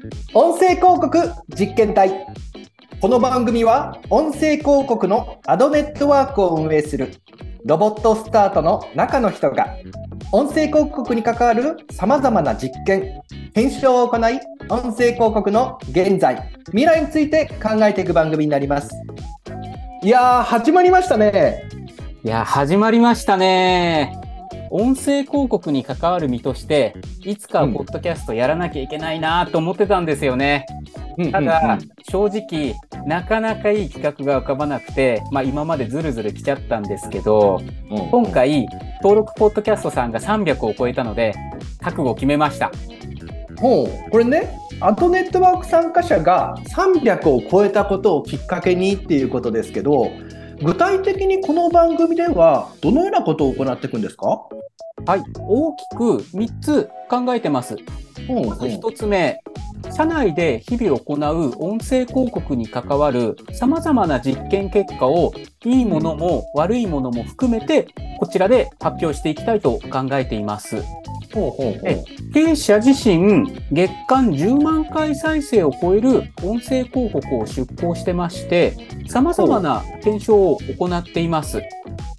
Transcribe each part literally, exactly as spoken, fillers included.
音声広告実験隊。この番組は音声広告のアドネットワークを運営するロボットスタートの中の人が音声広告に関わるさまざまな実験、検証を行い、音声広告の現在、未来について考えていく番組になります。いやー、始まりましたね。 いや、始まりましたね。音声広告に関わる身として、いつかはポッドキャストやらなきゃいけないなと思ってたんですよね。うん、ただ、うんうんうん、正直、なかなかいい企画が浮かばなくて、まあ今までずるずる来ちゃったんですけど、うんうん、今回、登録ポッドキャストさんがさんびゃくを超えたので、覚悟を決めました。 ほう、これね、アドネットワーク参加者がさんびゃくを超えたことをきっかけにっていうことですけど、具体的にこの番組ではどのようなことを行っていくんですか？ はい、大きくみっつ考えてます。 うんうん、 まずひとつめ、社内で日々行う音声広告に関わる様々な実験結果をいいものも悪いものも含めてこちらで発表していきたいと考えています。 ほうほうほう。 え経営者自身月間じゅうまんかい再生を超える音声広告を出稿してまして様々な検証を行っています。 へ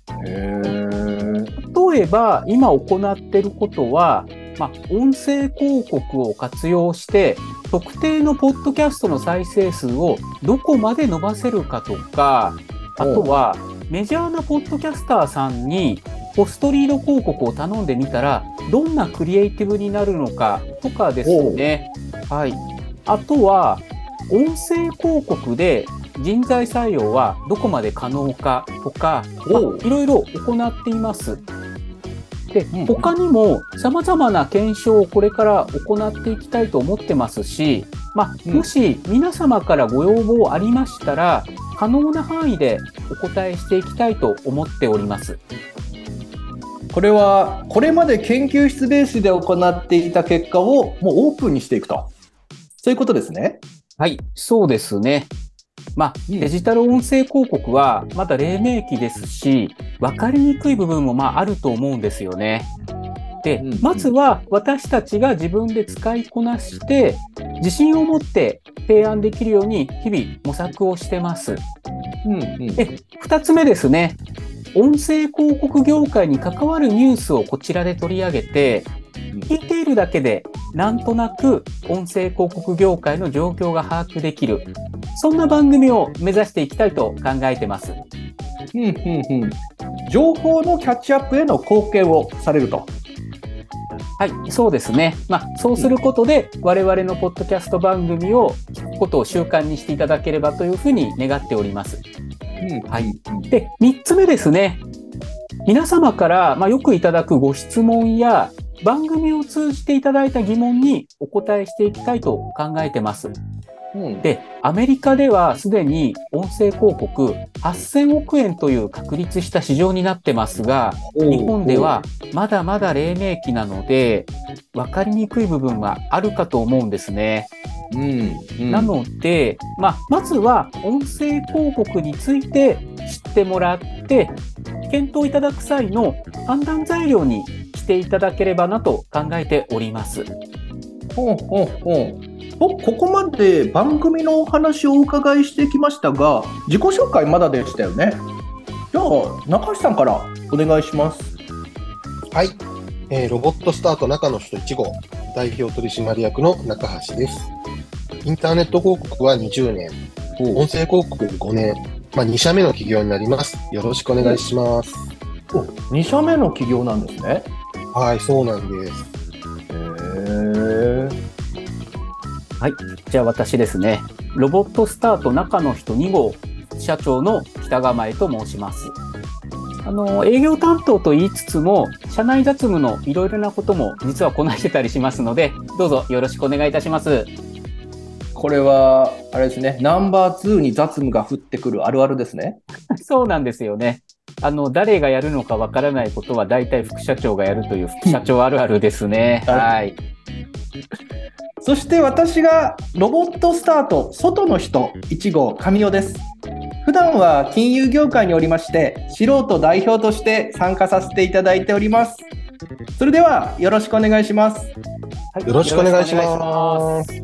ー。 例えば今行っていることは、まあ、音声広告を活用して特定のポッドキャストの再生数をどこまで伸ばせるかとか、あとはメジャーなポッドキャスターさんにポストリード広告を頼んでみたらどんなクリエイティブになるのかとかですね。はい。あとは音声広告で人材採用はどこまで可能かとか、まあ、いろいろ行っています。で、他にも様々な検証をこれから行っていきたいと思ってますし、まあ、もし皆様からご要望ありましたら、可能な範囲でお答えしていきたいと思っております。 これはこれまで研究室ベースで行っていた結果をもうオープンにしていくと、そういうことですね。 はい、そうですね。まあ、デジタル音声広告はまだ黎明期ですし、分かりにくい部分もまああると思うんですよね。で、まずは私たちが自分で使いこなして、自信を持って提案できるように日々模索をしてます。 うんうん、 で、二つ目ですね。音声広告業界に関わるニュースをこちらで取り上げて、聞いているだけでなんとなく音声広告業界の状況が把握できる、そんな番組を目指していきたいと考えてます。 うんうんうん、情報のキャッチアップへの貢献をされると。 はい、そうですね。まあ、そうすることで我々のポッドキャスト番組を聞くことを習慣にしていただければというふうに願っております。 うん、 はい。で、みっつめですね。皆様から、まあ、よくいただくご質問や番組を通じていただいた疑問にお答えしていきたいと考えてます。うん、で、アメリカではすでに音声広告はっせんおくえんという確立した市場になってますが、日本ではまだまだ黎明期なので、分かりにくい部分はあるかと思うんですね。 うんうん、 なので、まあ、まずは音声広告について知ってもらって、検討いただく際の判断材料にしていただければなと考えております。 ほうほうほう。ここまで番組のお話をお伺いしてきましたが、自己紹介まだでしたよね。じゃあ中橋さんからお願いします。 はい、えー、ロボットスタート中の人いち号代表取締役の中橋です。インターネット広告はにじゅうねん、音声広告ごねん、まあ、に社目の企業になります。よろしくお願いします。 お、に社目の企業なんですね。 はい、そうなんです。 へー。 はい、じゃあ私ですね。ロボットスタート中の人に号社長の北構えと申します。あの営業担当と言いつつも社内雑務のいろいろなことも実はこなしてたりしますので、どうぞよろしくお願いいたします。 これはあれですね、ナンバーツーに雑務が降ってくるあるあるですね。 そうなんですよね。あの誰がやるのかわからないことは大体副社長がやるという副社長あるあるですね。はい。 そして私がロボットスタート外の人いち号神尾です。普段は金融業界におりまして素人代表として参加させていただいております。それではよろしくお願いします。 はい、よろしくお願いします。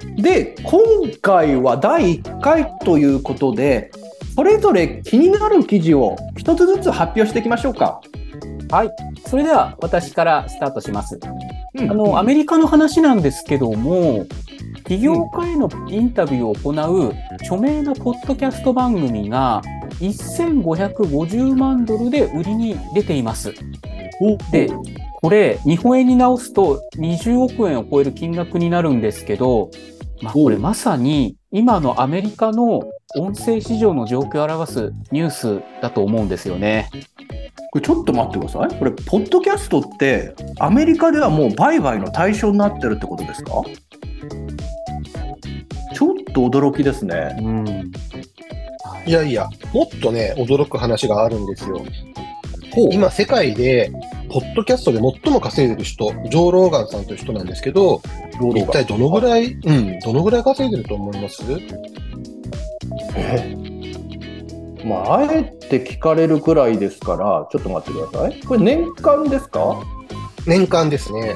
で、今回はだいいっかいということで、それぞれ気になる記事を一つずつ発表していきましょうか。 はい。それでは私からスタートします。 うん、 あの、アメリカの話なんですけども、起業家へのインタビューを行う著名なポッドキャスト番組がせんごひゃくごじゅうまんドルで売りに出ています。で、これ日本円に直すとにじゅうおくえんを超える金額になるんですけど、まあ、これまさに今のアメリカの音声市場の状況を表すニュースだと思うんですよね。 これちょっと待ってください。これポッドキャストってアメリカではもう売買の対象になってるってことですか？ちょっと驚きですね。 うん、 いやいや、もっとね、驚く話があるんですよ。今、世界で、ポッドキャストで最も稼いでる人、ジョー・ローガンさんという人なんですけど、一体どのぐらい、うん、どのぐらい稼いでると思います？ えまあ、あえて聞かれるくらいですから、ちょっと待ってください。これ年間ですか？ 年間ですね。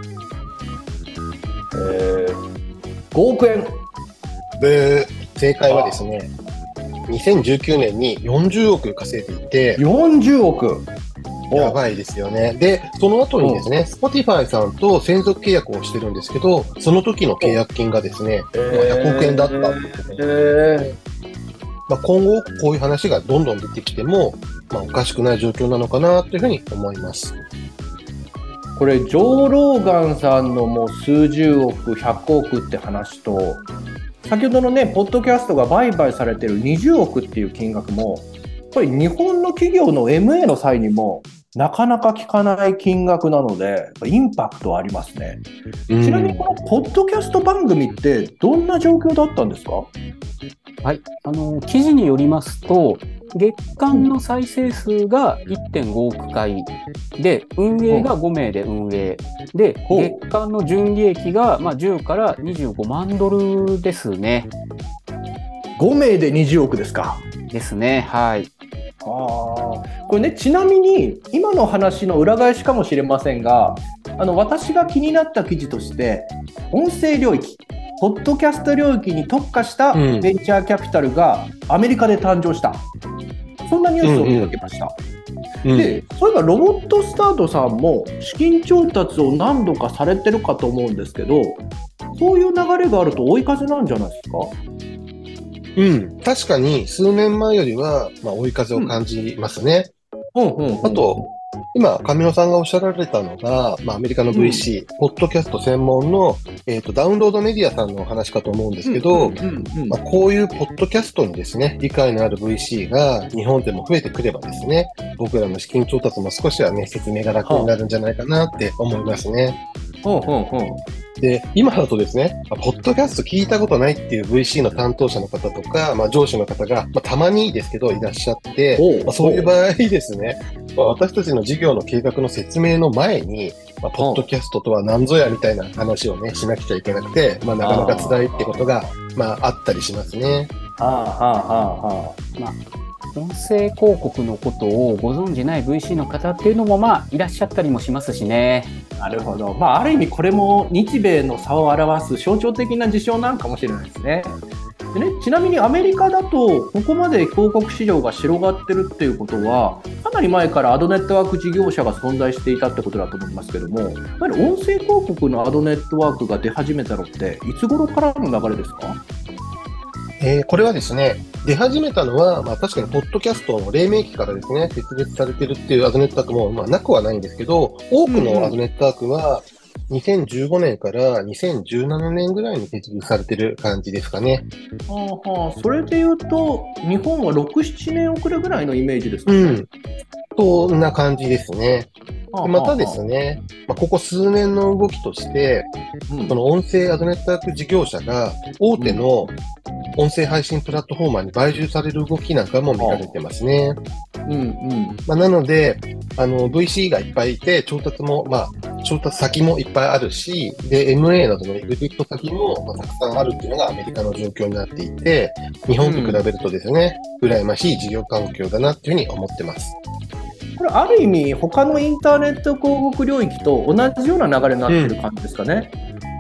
えー、ごおくえん。 で、正解はですね、にせんじゅうきゅうねんによんじゅうおく稼いでいて、 よんじゅうおく。 やばいですよね。で、その後にですね、Spotify さんと専属契約をしてるんですけど、その時の契約金がですね、 えー、 ひゃくおくえんだったってことで、 えーまあ、今後こういう話がどんどん出てきても、まあ、おかしくない状況なのかなというふうに思います。 これジョー・ローガンさんのもう数十億、ひゃくおくって話と、先ほどのね、ポッドキャストが売買されてるにじゅうおくっていう金額も、これ日本の企業の エムエー の際にもなかなか聞かない金額なので、インパクトありますね。ちなみにこのポッドキャスト番組ってどんな状況だったんですか？ はい、あの記事によりますと、月間の再生数が いってんごおくかいで、運営がごめいで運営で、月間の純利益がまあじゅうからにじゅうごまんドルですね。 ごめいでにじゅうおくですか？ ですね。はい。 あこれね、ちなみに今の話の裏返しかもしれませんが、あの私が気になった記事として、音声領域、ポッドキャスト領域に特化したベンチャーキャピタルがアメリカで誕生した、うん、そんなニュースを見かけました。うんうん、で、そういえばロボットスタートさんも資金調達を何度かされてるかと思うんですけど、そういう流れがあると追い風なんじゃないですか？ うん、確かに数年前よりは、まあ、追い風を感じますね。 うんうんうんうん、 あと、今、上野さんがおっしゃられたのが、まあ、アメリカの ブイシー、うん、ポッドキャスト専門の、えーと、ダウンロードメディアさんのお話かと思うんですけど、まあ、こういうポッドキャストにですね、理解のある ブイシー が日本でも増えてくればですね、僕らの資金調達も少しはね、説明が楽になるんじゃないかなって思いますね。 うんうんうん、 で、今だとですね、ポッドキャスト聞いたことないっていう ブイシー の担当者の方とか、まあ、上司の方が、まあ、たまにですけどいらっしゃって、まあ、そういう場合ですね、まあ、私たちの事業の計画の説明の前に、まあ、ポッドキャストとは何ぞやみたいな話をね、しなくちゃいけなくて、まあ、なかなか辛いってことが、まあ、あったりしますね。 はあはあはあはあ。 まあ音声広告のことをご存じない ブイシー の方っていうのもまあいらっしゃったりもしますしね。 なるほど。まあある意味これも日米の差を表す象徴的な事象なんかもしれないですね。でね、ちなみにアメリカだとここまで広告市場が広がってるっていうことは、かなり前からアドネットワーク事業者が存在していたってことだと思いますけども、やはり音声広告のアドネットワークが出始めたのっていつ頃からの流れですか？ えー、これはですね、出始めたのは、まあ、確かにポッドキャストの黎明期からですね、設立されてるっていうアドネットワークも、まあ、なくはないんですけど、多くのアドネットワークはにせんじゅうごねんからにせんじゅうななねんぐらいに設立されてる感じですかね。 はあはあ、それでいうと、日本はろく、ななねん遅れぐらいのイメージですかね。うん、 そんな感じですね。またですね、まあ、ここ数年の動きとして、うん、この音声アドネットワーク事業者が大手の音声配信プラットフォーマーに買収される動きなんかも見られてますね。うんうんまあ、なのであの ブイシー がいっぱいいて調達も、まあ、調達先もいっぱいあるしで エムエー などのエグジット先も、まあ、たくさんあるっていうのがアメリカの状況になっていて日本と比べるとですね、うん、羨ましい事業環境だなっていうふうに思ってます。 これある意味他のインターネット広告領域と同じような流れになってる感じですかね。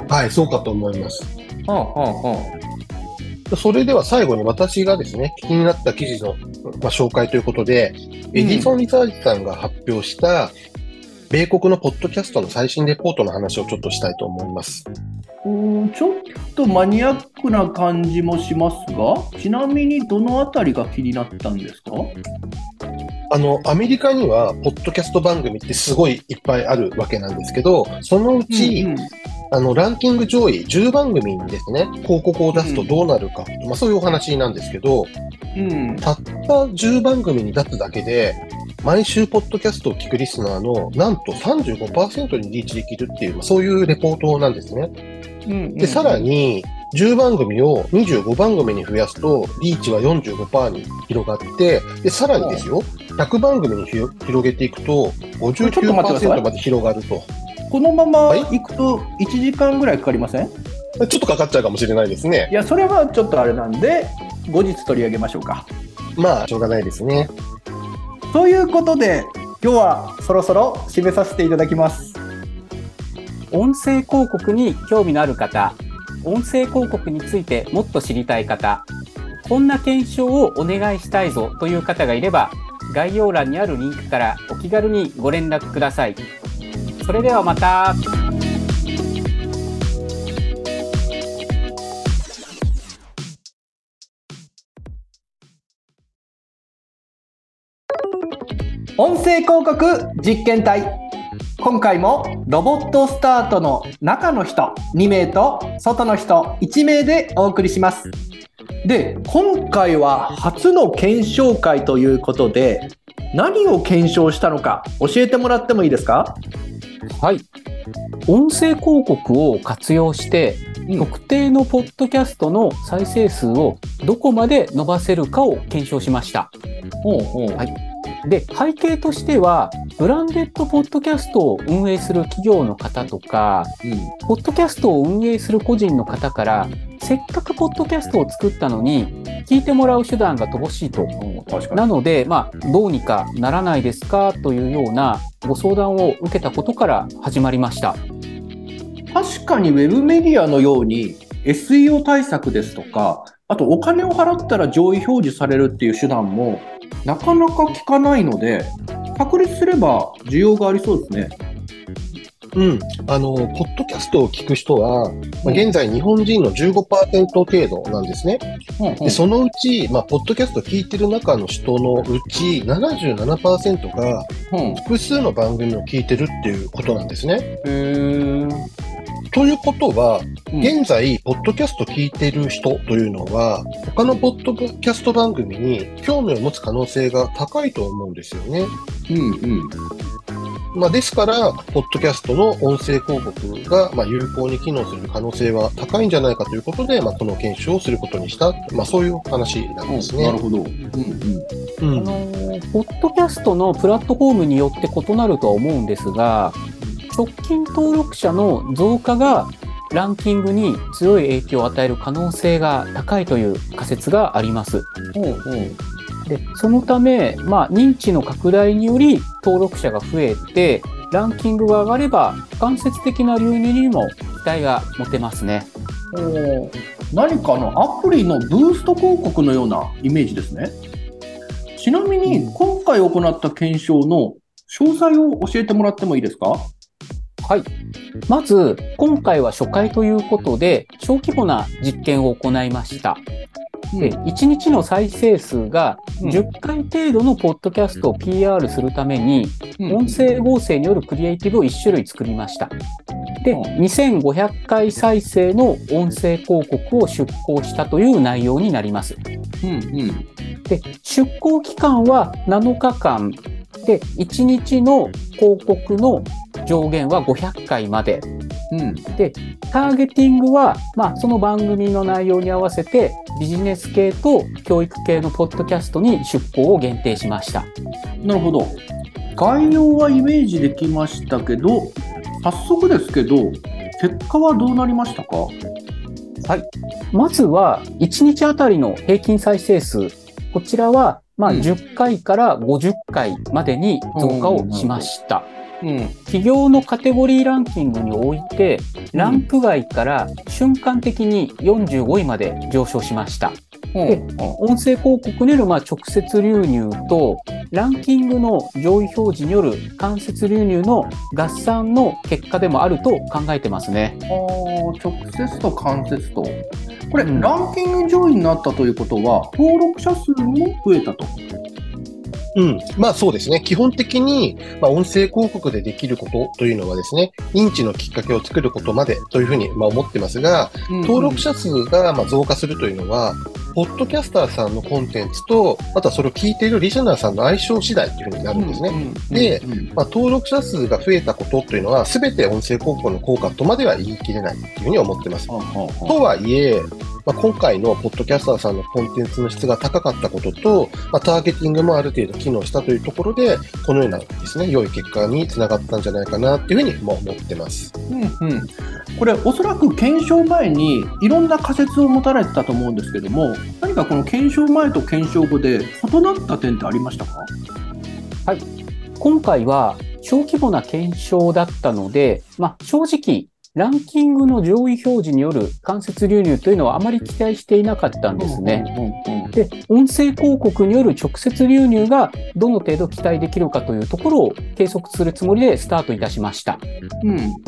はい、そうかと思います。 はあはあはあ。 それでは最後に私がですね、気になった記事の、まあ、紹介ということで、 うんエジソンリサーチさんが発表した、米国のポッドキャストの最新レポートの話をちょっとしたいと思います。 うーんちょっとマニアックな感じもしますが、ちなみにどのあたりが気になったんですか？ あの、アメリカには、ポッドキャスト番組ってすごいいっぱいあるわけなんですけど、そのうち、 うんうんあの、ランキング上位じゅうばん組にですね、広告を出すとどうなるか、まあそういうお話なんですけど、 うんたったじゅうばん組に出すだけで、毎週ポッドキャストを聞くリスナーのなんと さんじゅうごパーセント にリーチできるっていう、まあそういうレポートなんですね。 うんうんで、さらに、じゅうばん組をにじゅうごばん組に増やすと、リーチは よんじゅうごパーセント に広がって、で、さらにですよ、ひゃくばん組にひろ広げていくと、ごじゅうきゅうパーセント まで広がると。 このままはい行くといちじかんぐらいかかりません？ ちょっとかかっちゃうかもしれないですね。 いや、それはちょっとあれなんで、後日取り上げましょうか。 まあ、しょうがないですね。 ということで、今日はそろそろ締めさせていただきます。 音声広告に興味のある方、音声広告についてもっと知りたい方、こんな検証をお願いしたいぞという方がいれば、概要欄にあるリンクからお気軽にご連絡ください。それではまた。 音声広告実験隊。今回もロボットスタートの中の人にめいと外の人いちめいでお送りします。で、今回は初の検証会ということで、何を検証したのか教えてもらってもいいですか？ はい。音声広告を活用して、 うん特定のポッドキャストの再生数をどこまで伸ばせるかを検証しました。 ほうほう。 はいで、背景としては、ブランデッドポッドキャストを運営する企業の方とか、 うんポッドキャストを運営する個人の方から、せっかくポッドキャストを作ったのに、聞いてもらう手段が乏しいと。 確かに。 なので、まあ、どうにかならないですかというようなご相談を受けたことから始まりました。 確かにウェブメディアのように エスイーオー 対策ですとか、あとお金を払ったら上位表示されるっていう手段もなかなか効かないので、確立すれば需要がありそうですね。 うん。あの、ポッドキャストを聞く人は、まうあ、 ん現在日本人の じゅうごパーセント 程度なんですね。 うんうんで、そのうち、まあ、ポッドキャスト聞いてる中の人のうち ななじゅうななパーセント がうん複数の番組を聞いてるっていうことなんですね。 へーということは、 うん現在、ポッドキャスト聞いてる人というのは、他のポッドキャスト番組に興味を持つ可能性が高いと思うんですよね。 うんうんまあ、ですから、ポッドキャストの音声広告が、まあ、有効に機能する可能性は高いんじゃないかということで、まあ、この検証をすることにした、まあ、そういう話なんですね。 なるほど。うんうんうんあのーポッドキャストのプラットフォームによって異なるとは思うんですが、直近登録者の増加がランキングに強い影響を与える可能性が高いという仮説があります。 ほうほうで、そのため、まあ、認知の拡大により登録者が増えて、ランキングが上がれば間接的な流入にも期待が持てますね。 おー何かのアプリのブースト広告のようなイメージですね。ちなみに今回行った検証の詳細を教えてもらってもいいですか？ はい。まず、今回は初回ということで、小規模な実験を行いました。で、いちにちの再生数がじゅっかい程度のポッドキャストを ピーアール するために、音声合成によるクリエイティブをいち種類作りました。で、にせんごひゃっかい再生の音声広告を出稿したという内容になります。 うんうんで、出稿期間はなのかかんで、いちにちの広告の上限はごひゃっかいまで。 うんで、ターゲティングは、まあ、その番組の内容に合わせてビジネス系と教育系のポッドキャストに出稿を限定しました。 なるほど。概要はイメージできましたけど、早速ですけど、結果はどうなりましたか？ はい。まずはいちにちあたりの平均再生数。こちらは、まあ、 うんじゅっかいからごじゅっかいまでに増加をしました。 うん、 企業のカテゴリーランキングにおいて、ランク外から瞬間的によんじゅうごいまで上昇しました。で、音声広告によるまあ直接流入と、ランキングの上位表示による間接流入の合算の結果でもあると考えてますね。 あ、直接と間接と。これ、うん、ランキング上位になったということは、登録者数も増えたと。 うん。まあそうですね。基本的に、まあ、音声広告でできることというのはですね、認知のきっかけを作ることまでというふうにまあ思ってますが、うんうん、登録者数がまあ増加するというのは、ポッドキャスターさんのコンテンツと、あとはそれを聞いているリスナーさんの相性次第というふうになるんですね。うんうんうんうん、で、まあ、登録者数が増えたことというのは、すべて音声広告の効果とまでは言い切れないというふうに思ってます。うんうんうん、とはいえ、まあ、今回のポッドキャスターさんのコンテンツの質が高かったことと、まあ、ターゲティングもある程度機能したというところで、このようなですね、良い結果につながったんじゃないかなというふうにも思ってます。 うんうん、これ、おそらく検証前にいろんな仮説を持たれてたと思うんですけども、何かこの検証前と検証後で異なった点ってありましたか？ はい。今回は小規模な検証だったので、まあ、正直、ランキングの上位表示による間接流入というのはあまり期待していなかったんですね。で、音声広告による直接流入がどの程度期待できるかというところを計測するつもりでスタートいたしました。うん、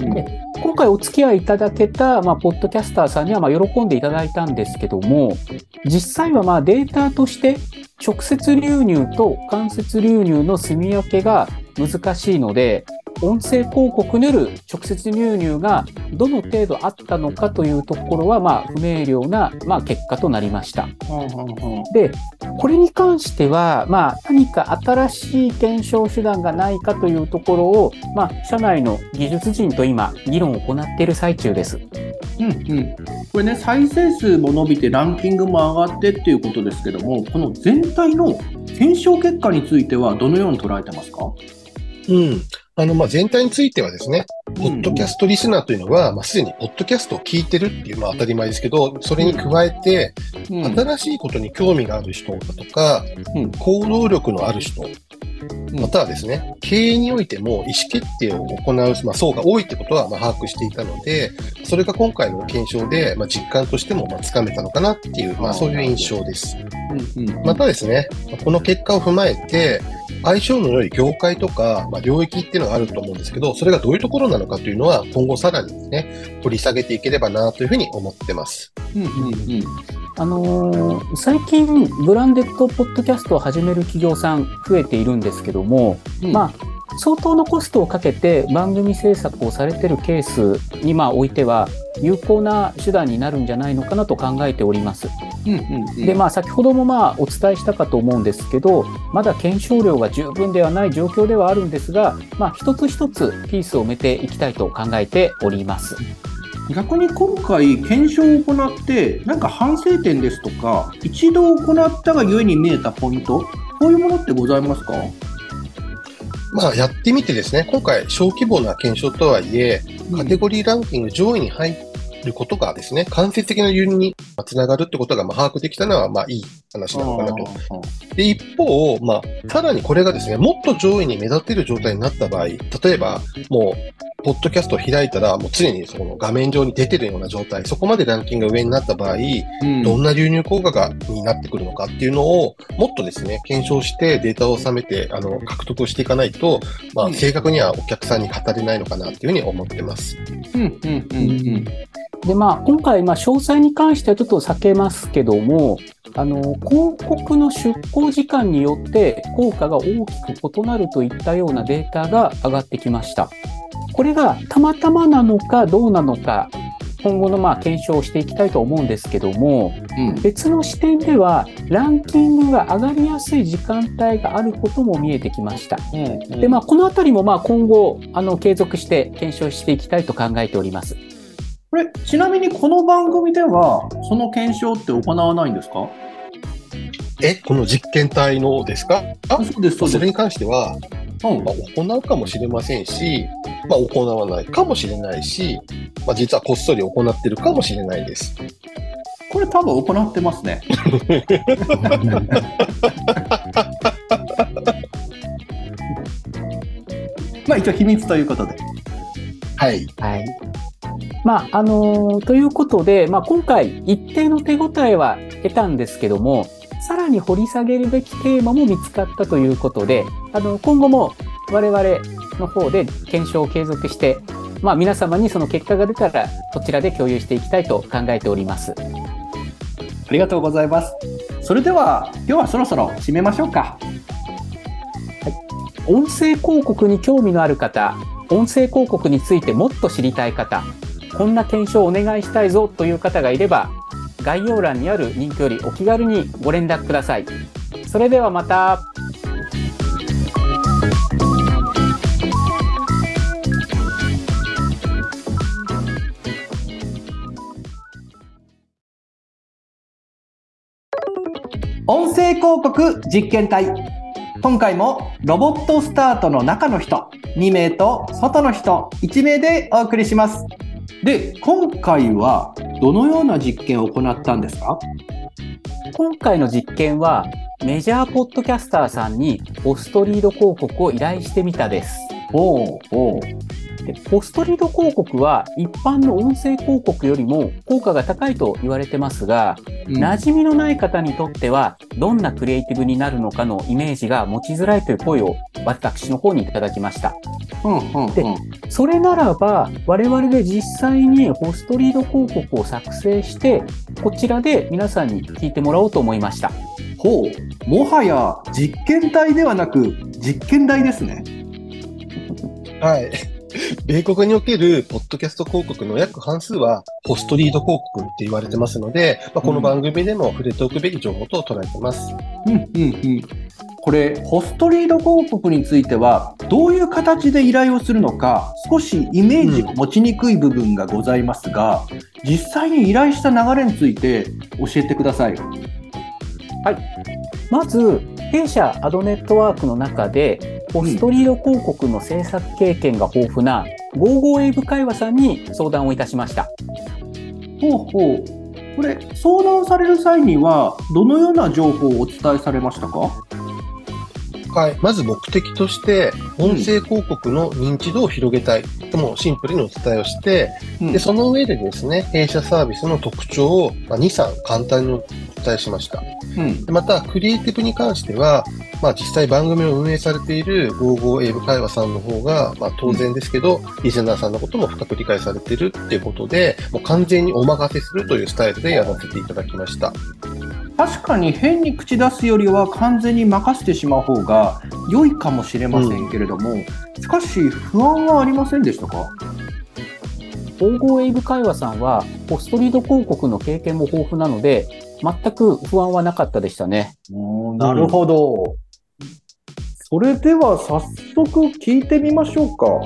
で今回お付き合いいただけた、まあ、ポッドキャスターさんにはまあ喜んでいただいたんですけども、実際はまあデータとして直接流入と間接流入の住み分けが難しいので、音声広告による直接流入がどの程度あったのかというところはまあ不明瞭なまあ結果となりました。で、これに関してはまあ何か新しい検証手段がないかというところをまあ社内の技術陣と今議論を行っている最中です。 うんうん、これね、再生数も伸びてランキングも上がってっていうことですけども、この全体の検証結果についてはどのように捉えてますか？ うん、あの、まあ、全体についてはですね、ポッドキャストリスナーというのは、まあ、すでにポッドキャストを聞いてるっていう、まあ、当たり前ですけど、それに加えて、うん、新しいことに興味がある人だとか、うん、行動力のある人、またはですね、経営においても意思決定を行う、まあ、層が多いってことはまあ把握していたので、それが今回の検証でまあ実感としてもまあつかめたのかなっていう、まあ、そういう印象です。うんうん、またですね、この結果を踏まえて、相性の良い業界とか、まあ、領域っていうのがあると思うんですけど、それがどういうところなのかというのは、今後さらにですね、掘り下げていければなというふうに思ってます。うんうんうん、 あのー、最近、ブランデッドポッドキャストを始める企業さん増えているんですけども、うん、まあ、相当のコストをかけて番組制作をされているケースにまあおいては有効な手段になるんじゃないのかなと考えております。うんうんうん、でまあ先ほどもまあお伝えしたかと思うんですけど、まだ検証量が十分ではない状況ではあるんですが、まあ一つ一つピースを埋めていきたいと考えております。 逆に今回検証を行って何か反省点ですとか、一度行ったがゆえに見えたポイント、こういうものってございますか？ まあ、やってみてですね、今回小規模な検証とはいえ、カテゴリーランキング上位に入ることがですね、間接的な理由につながるってことがまあ把握できたのはまあいい話なのかなと。で、一方、まあ、さらにこれがですね、もっと上位に目立てる状態になった場合、例えば、もう、ポッドキャストを開いたら、もう常にその画面上に出てるような状態、そこまでランキングが上になった場合、うん、どんな流入効果がになってくるのかっていうのを、もっとですね、検証してデータを収めて、あの、獲得をしていかないと、まあ、正確にはお客さんに語れないのかなっていうふうに思ってます。うん、うん、うん、うん。 で、まあ、今回、まあ、詳細に関してはちょっと避けますけども、あの、広告の出稿時間によって効果が大きく異なるといったようなデータが上がってきました。これがたまたまなのかどうなのか、今後のまあ検証をしていきたいと思うんですけども、うん、別の視点ではランキングが上がりやすい時間帯があることも見えてきました。うんうん、で、まあ、このあたりもまあ今後あの継続して検証していきたいと考えております。 これちなみにこの番組ではその検証って行わないんですか？ え、この実験体のですか？あ、 そうです、そうです。 それに関しては、うんまあ、行うかもしれませんし、まあ、行わないかもしれないし、まあ、実はこっそり行ってるかもしれないです。 これ多分行ってますね。まは一応秘密ということで。 はい。 はい。まあ、あのー、ということで、まあ、今回一定の手応えは得たんですけども、さらに掘り下げるべきテーマも見つかったということで、あの、今後も我々の方で検証を継続して、まあ、皆様にその結果が出たら、こちらで共有していきたいと考えております。 ありがとうございます。それでは、今日はそろそろ締めましょうか。 はい。音声広告に興味のある方、音声広告についてもっと知りたい方、こんな検証をお願いしたいぞという方がいれば、概要欄にあるリンクよりお気軽にご連絡ください。それではまた。 音声広告実験隊。今回もロボットスタートの中の人にめいと外の人いちめいでお送りします。で、今回はどのような実験を行ったんですか？ 今回の実験はメジャーポッドキャスターさんにポストリード広告を依頼してみたです。 おうおう。 でポストリード広告は一般の音声広告よりも効果が高いと言われてますが、うん、馴染みのない方にとってはどんなクリエイティブになるのかのイメージが持ちづらいという声を私の方にいただきました。 うんうんうん、 でそれならば我々で実際にポストリード広告を作成してこちらで皆さんに聞いてもらおうと思いました。 ほう、もはや実験体ではなく実験台ですね。 はい。米国におけるポッドキャスト広告の約半数はポストリード広告って言われてますので、まあ、この番組でも触れておくべき情報と捉えてます。 うんうんうん。これポストリード広告についてはどういう形で依頼をするのか少しイメージを持ちにくい部分がございますが、うん、実際に依頼した流れについて教えてください。 はい。まず弊社アドネットワークの中でポストリード広告の制作経験が豊富なゴーゴーエイブ会話さんに相談をいたしました。 ほうほう。これ相談される際にはどのような情報をお伝えされましたか？ はい、まず目的として音声広告の認知度を広げたいともシンプルにお伝えをして、うん、でその上でですね弊社サービスの特徴をに、さん簡単にお伝えしました。うん、でまたクリエイティブに関しては、まあ、実際番組を運営されているゴーゴーエイブ会話さんの方が、まあ、当然ですけど、うん、リスナーさんのことも深く理解されているっていうことでもう完全にお任せするというスタイルでやらせていただきました。 確かに変に口出すよりは完全に任せてしまう方が良いかもしれませんけれども、うん、しかし不安はありませんでしたか？ ゴーゴーエイブ会話さんはポストリード広告の経験も豊富なので全く不安はなかったでしたね。 なるほど、うん、それでは早速聞いてみましょうか。はい、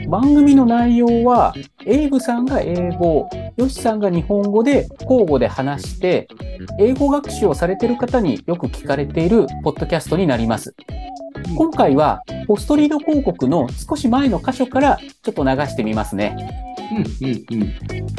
番組の内容はエイブさんが英語、ヨシさんが日本語で交互で話して英語学習をされている方によく聞かれているポッドキャストになります。今回はポストリード広告の少し前の箇所からちょっと流してみますね。うんうんうん。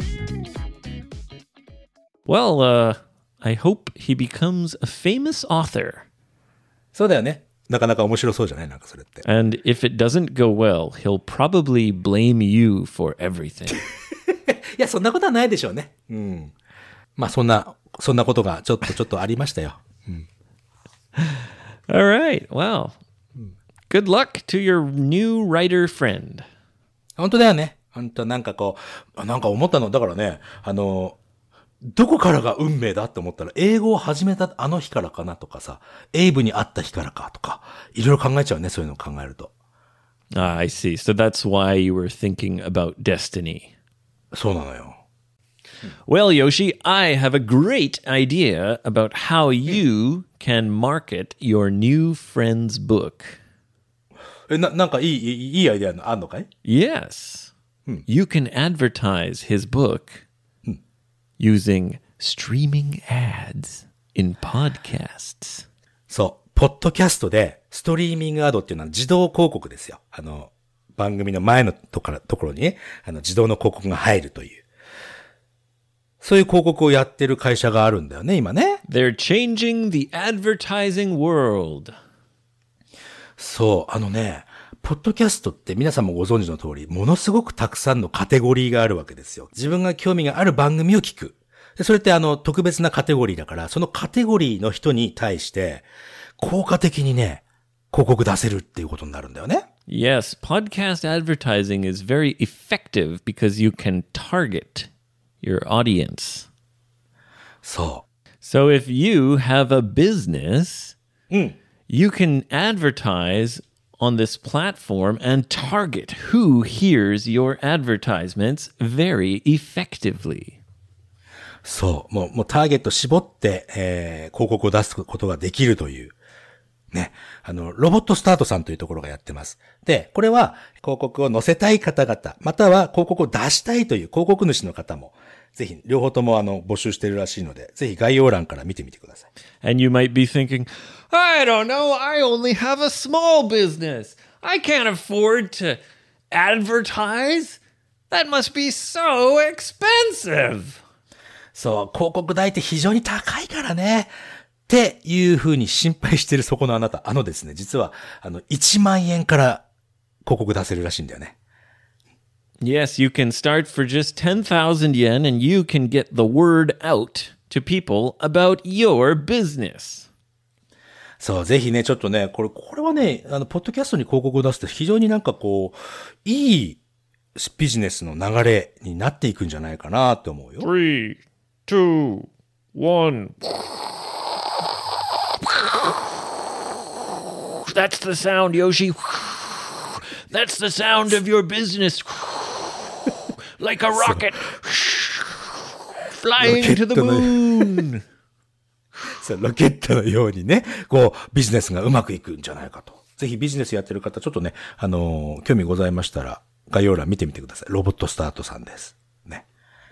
Well, uh, I hope he becomes a famous author. そうだよね。なかなか面白そうじゃないなんかそれって。 And if it doesn't go well, he'll probably blame you for everything. いや、そんなことはないでしょうね。うん。まあそんなそんなことがちょっとちょっとありましたよ。うん。 All right. Well, good luck to your new writer friend. 本当だよね。本当なんかこうなんか思ったのだからね、あのどこからが運命だって思ったら英語を始めたあの日からかなとかさ、エイブに会った日からかとかいろいろ考えちゃうね、そういうのを考えると。 Ah, I see. So that's why you were thinking about destiny. そうなのよ。 Well, Yoshi, I have a great idea about how you can market your new friend's book. え、な、なんかいい、いいアイデアあんのかい？ Yes. Hmm. You can advertise his book using streaming ads in podcasts. そう、ポッドキャストでストリーミングアドっていうのは自動広告ですよ。あの、番組の前のところ、ところにね、あの自動の広告が入るという。そういう広告をやってる会社があるんだよね、今ね。 They're changing the advertising world. そう、あのね、 ポッドキャストって皆さんもご存知の通り、ものすごくたくさんのカテゴリーがあるわけですよ。自分が興味がある番組を聞く。でそれってあの、特別なカテゴリーだから、そのカテゴリーの人に対して、効果的にね、広告出せるっていうことになるんだよね。 Yes, podcast advertising is very effective because you can target your audience. そ So if you have a business, う。うん。 you can advertise on this platform and target who hears your advertisements very effectively. そう。もう、もうターゲット絞って、えー、広告を出すことができるという。ね。あの、ロボットスタートさんというところがやってます。で、これは広告を載せたい方々、または広告を出したいという広告主の方も、ぜひ、両方ともあの、募集しているらしいので、ぜひ概要欄から見てみてください。 And you might be thinking, I don't know, I only have a small business. I can't afford to advertise. That must be so expensive. そう、広告代って非常に高いからね。っていう風に心配してるそこのあなた。あのですね、実は、あの、いちまんえんから広告出せるらしいんだよね。 Yes, you can start for just ten thousand yen and you can get the word out to people about your business. そう、ぜひね、ちょっとね、これ、これはね、あの、ポッドキャストに広告を出すと非常になんかこう、いいビジネスの流れになっていくんじゃないかなって思うよ。 Three, two, one. That's the sound, Yoshi. That's the sound of your business. Like a rocket. Flying to the moon. そう、ロケットのようにね、こう、ビジネスがうまくいくんじゃないかと。ぜひビジネスやってる方、ちょっとね、あのー、興味ございましたら、概要欄見てみてください。ロボットスタートさんです。ね。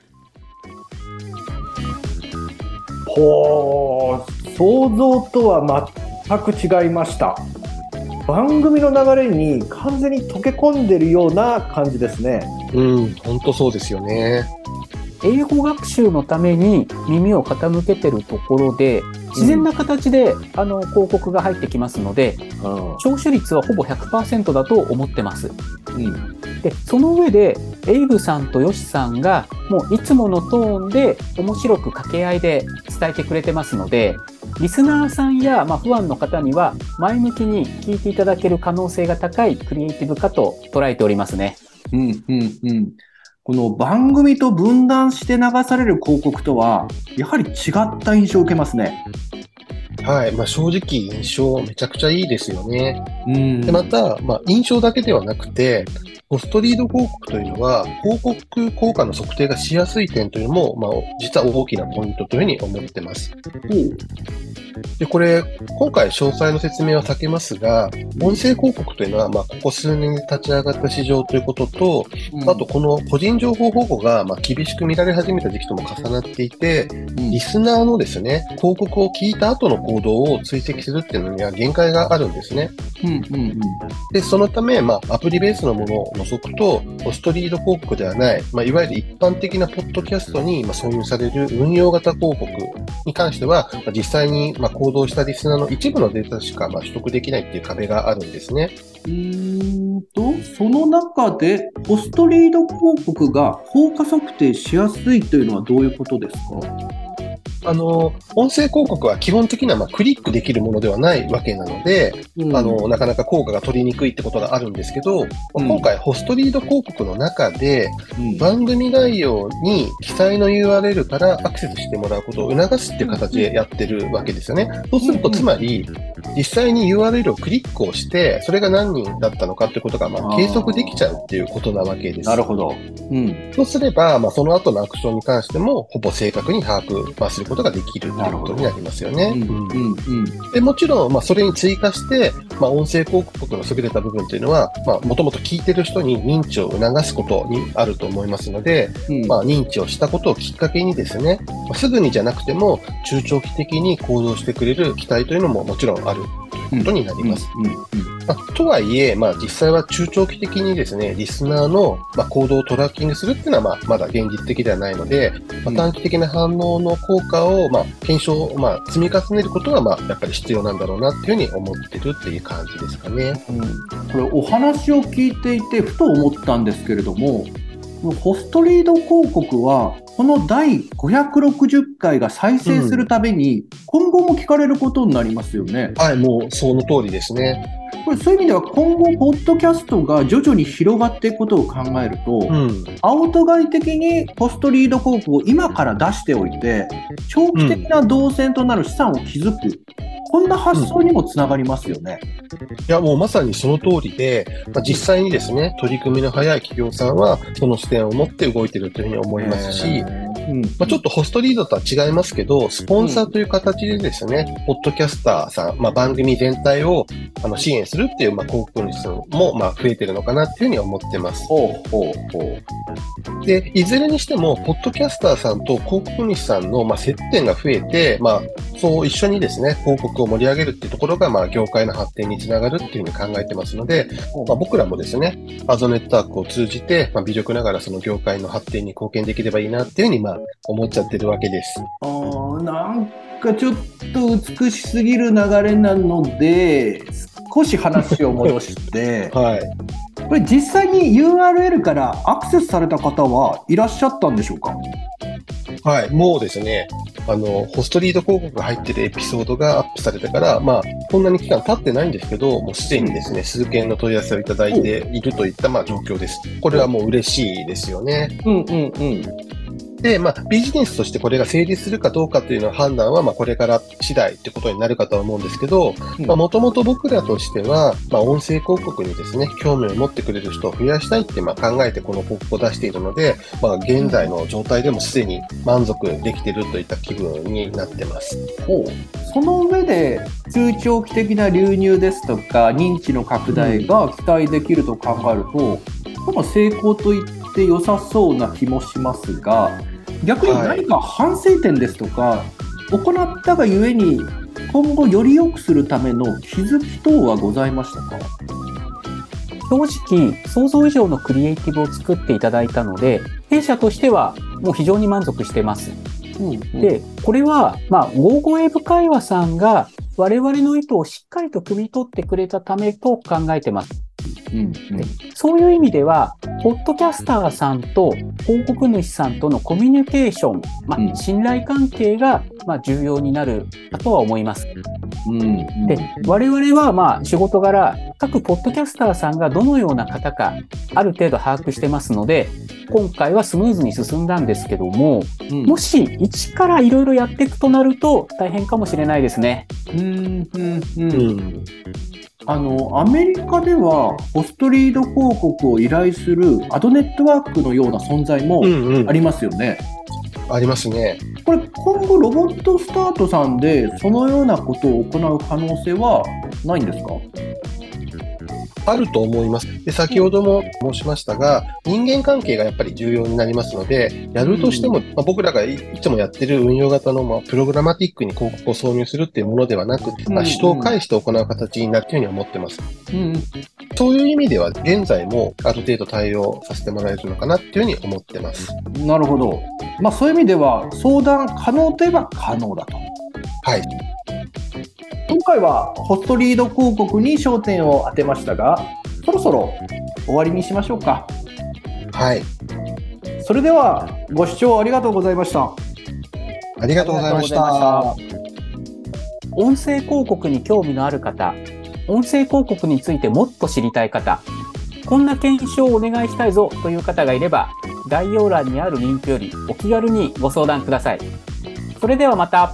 ほー、想像とは全く違いました。番組の流れに完全に溶け込んでるような感じですね。 うん、本当そうですよね。 英語学習のために耳を傾けてるところで、自然な形で、うん、あの広告が入ってきますので、うん、聴取率はほぼ ひゃくパーセント だと思ってます。うん、でその上でエイブさんとヨシさんがもういつものトーンで面白く掛け合いで伝えてくれてますので、リスナーさんや、まあ、ファンの方には前向きに聞いていただける可能性が高いクリエイティブかと捉えておりますね。 うんうんうん。この番組と分断して流される広告とはやはり違った印象を受けますね。 はい、まあ、正直印象めちゃくちゃいいですよね。 うん、 でまた、まあ、印象だけではなくて、ポストリード広告というのは広告効果の測定がしやすい点というのも、まあ、実は大きなポイントというふうに思ってます。でこれ今回詳細の説明は避けますが、音声広告というのは、まあ、ここ数年で立ち上がった市場ということと、うん、あとこの個人情報保護がまあ厳しく見られ始めた時期とも重なっていて、うん、リスナーのですね、広告を聞いた後の行動を追跡するっていうのには限界があるんですね。 うんうんうん、 でそのため、まあ、アプリベースのものを除くと、ポストリード広告ではない、まあ、いわゆる一般的なポッドキャストにまあ挿入される運用型広告に関しては、まあ、実際にまあ行動したリスナーの一部のデータしかまあ取得できないっていう壁があるんですね。 うーんと、その中でポストリード広告が効果測定しやすいというのはどういうことですか？ あの、音声広告は基本的にはまあクリックできるものではないわけなので、うん、あの、なかなか効果が取りにくいってことがあるんですけど、うん、今回ホストリード広告の中で、うん、番組概要に記載の ユーアールエル からアクセスしてもらうことを促すっていう形でやってるわけですよね。そうすると、つまり、実際に ユーアールエル をクリックをして、それが何人だったのかってことがまあ計測できちゃうっていうことなわけです。 なるほど。 うん。そうすれば、まあ、その後のアクションに関しても、ほぼ正確に把握、まあ、することができるということになりますよね。うんうんうん、でもちろん、まあ、それに追加して、まあ、音声広告の優れた部分というのは、まあ、もともと聞いてる人に認知を促すことにあると思いますので、うん、まあ、認知をしたことをきっかけにですね、まあ、すぐにじゃなくても、中長期的に行動してくれる期待というのももちろんあるということになります。 うんうんうんまあ、とはいえ、まあ、実際は中長期的にですね、リスナーの、まあ、行動をトラッキングするっていうのは、まあ、まだ現実的ではないので、まあ、短期的な反応の効果を、まあ、検証、まあ、積み重ねることが、まあ、やっぱり必要なんだろうなっていうふうに思ってるっていう感じですかね。 うん、これお話を聞いていてふと思ったんですけれども、ホストリード広告はこのだいごひゃくろくじゅっかいが再生するたびに今後も聞かれることになりますよね。 はい、もうその通りですね。 これそういう意味では今後ポッドキャストが徐々に広がっていくことを考えると、 うん、 アウト買い的にポストリード広告を今から出しておいて長期的な動線となる資産を築く、うん、こんな発想にもつながりますよね。 いや、もうまさにその通りで、まあ、実際にですね、取り組みの早い企業さんはその視点を持って動いているというふうに思いますし、うんまあ、ちょっとホストリードとは違いますけど、スポンサーという形でですね、うん、ポッドキャスターさん、まあ、番組全体をあの支援するっていう、まあ、広告主さんもまあ増えてるのかなっていうふうに思ってます。 ほうほうほう。で、いずれにしても、ポッドキャスターさんと広告主さんのまあ接点が増えて、まあ、そう一緒にですね、広告を盛り上げるっていうところが、まあ、業界の発展につながるっていうふうに考えてますので、まあ、僕らもですね、アドネットワークを通じて、まあ、微力ながらその業界の発展に貢献できればいいなっていうふうに、まあ、思っちゃってるわけです。 あー、なんかちょっと美しすぎる流れなので、少し話を戻して、 はい。 これ実際に ユーアールエル からアクセスされた方はいらっしゃったんでしょうか？ はい、もうですね、あの、ホストリード広告が入ってるエピソードがアップされてから、まあ、こんなに期間経ってないんですけど、もうすでにですね、数件の問い合わせをいただいているといった、まあ、状況です。これはもう嬉しいですよね。 うんうんうん。 で、まあ、ビジネスとしてこれが成立するかどうかというのは判断は、まあ、これから次第ってことになるかとは思うんですけど、まあ、もともと僕らとしては、まあ、音声広告にですね、興味を持ってくれる人を増やしたいって、まあ、考えてこの広告を出しているので、まあ、現在の状態でもすでに満足できているといった気分になってます。 ほう。その上で、中長期的な流入ですとか、認知の拡大が期待できると考えると、うん、まあ成功と言って良さそうな気もしますが、逆に何か反省点ですとか、はい、行ったがゆえに今後より良くするための気づき等はございましたか？ 正直想像以上のクリエイティブを作っていただいたので、弊社としてはもう非常に満足してます。うんうん、で、これはまあゴーゴーウェブ会話さんが我々の意図をしっかりと汲み取ってくれたためと考えてます。うんうん、そういう意味では、ポッドキャスターさんと広告主さんとのコミュニケーション、まあ、信頼関係がまあ重要になるかとは思います。うんうん、で、我々はまあ仕事柄、各ポッドキャスターさんがどのような方かある程度把握してますので、今回はスムーズに進んだんですけども、うん、もし一からいろいろやっていくとなると大変かもしれないですね。うんうんうんうんあのアメリカではポストリード広告を依頼するアドネットワークのような存在もありますよね。 うんうん、ありますね。 これ今後ロボットスタートさんでそのようなことを行う可能性はないんですか？ あると思います。で、先ほども申しましたが、人間関係がやっぱり重要になりますので、やるとしても、うんまあ、僕らが い, いつもやってる運用型の、まあ、プログラマティックに広告を挿入するっていうものではなく、まあ、人を介して行う形になるというふうに思ってます。うん、そういう意味では、現在もある程度対応させてもらえるのかなっていうふうに思ってます。 なるほど。まあ、そういう意味では、相談可能といえば可能だと。 はい。 今回はホストリード広告に焦点を当てましたが、そろそろ終わりにしましょうか。 はい。 それではご視聴ありがとうございました。 ありがとうございました。 音声広告に興味のある方、音声広告についてもっと知りたい方、こんな検証をお願いしたいぞという方がいれば、概要欄にあるリンクよりお気軽にご相談ください。それではまた。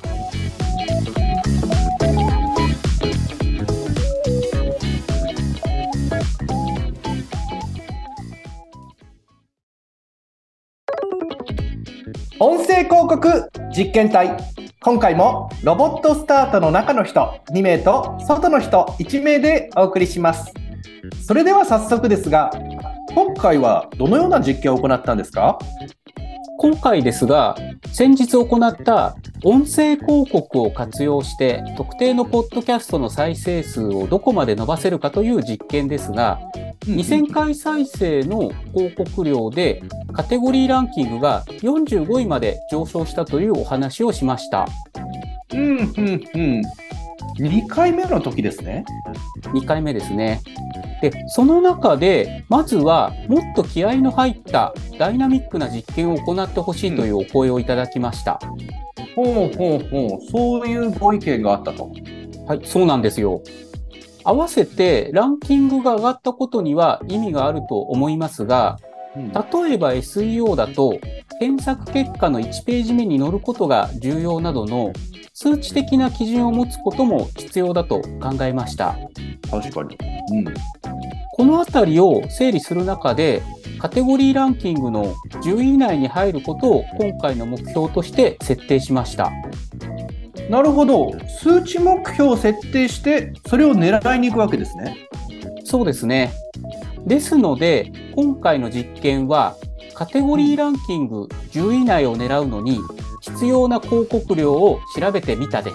音声広告実験隊、今回もロボットスタートの中の人にめいと外の人いちめいでお送りします。それでは早速ですが、今回はどのような実験を行ったんですか？ 今回ですが、先日行った音声広告を活用して特定のポッドキャストの再生数をどこまで伸ばせるかという実験ですが、にせんかい再生の広告量でカテゴリーランキングがよんじゅうごいまで上昇したというお話をしました。 うんうんうん。にかいめの時ですね。 にかいめですね。で、その中でまずはもっと気合いの入ったダイナミックな実験を行ってほしいというお声をいただきました。 うん、ほうほうほう、そういうご意見があったと。 はい、そうなんですよ。合わせてランキングが上がったことには意味があると思いますが、うん、例えば エスイーオー だと検索結果のいちページ目に載ることが重要などの数値的な基準を持つことも必要だと考えました。 確かに。うん、 このあたりを整理する中で、カテゴリーランキングのじゅうい以内に入ることを今回の目標として設定しました。 なるほど。数値目標を設定して、それを狙いに行くわけですね。 そうですね。ですので、今回の実験は、カテゴリーランキングじゅうい以内を狙うのに、必要な広告量を調べてみたです。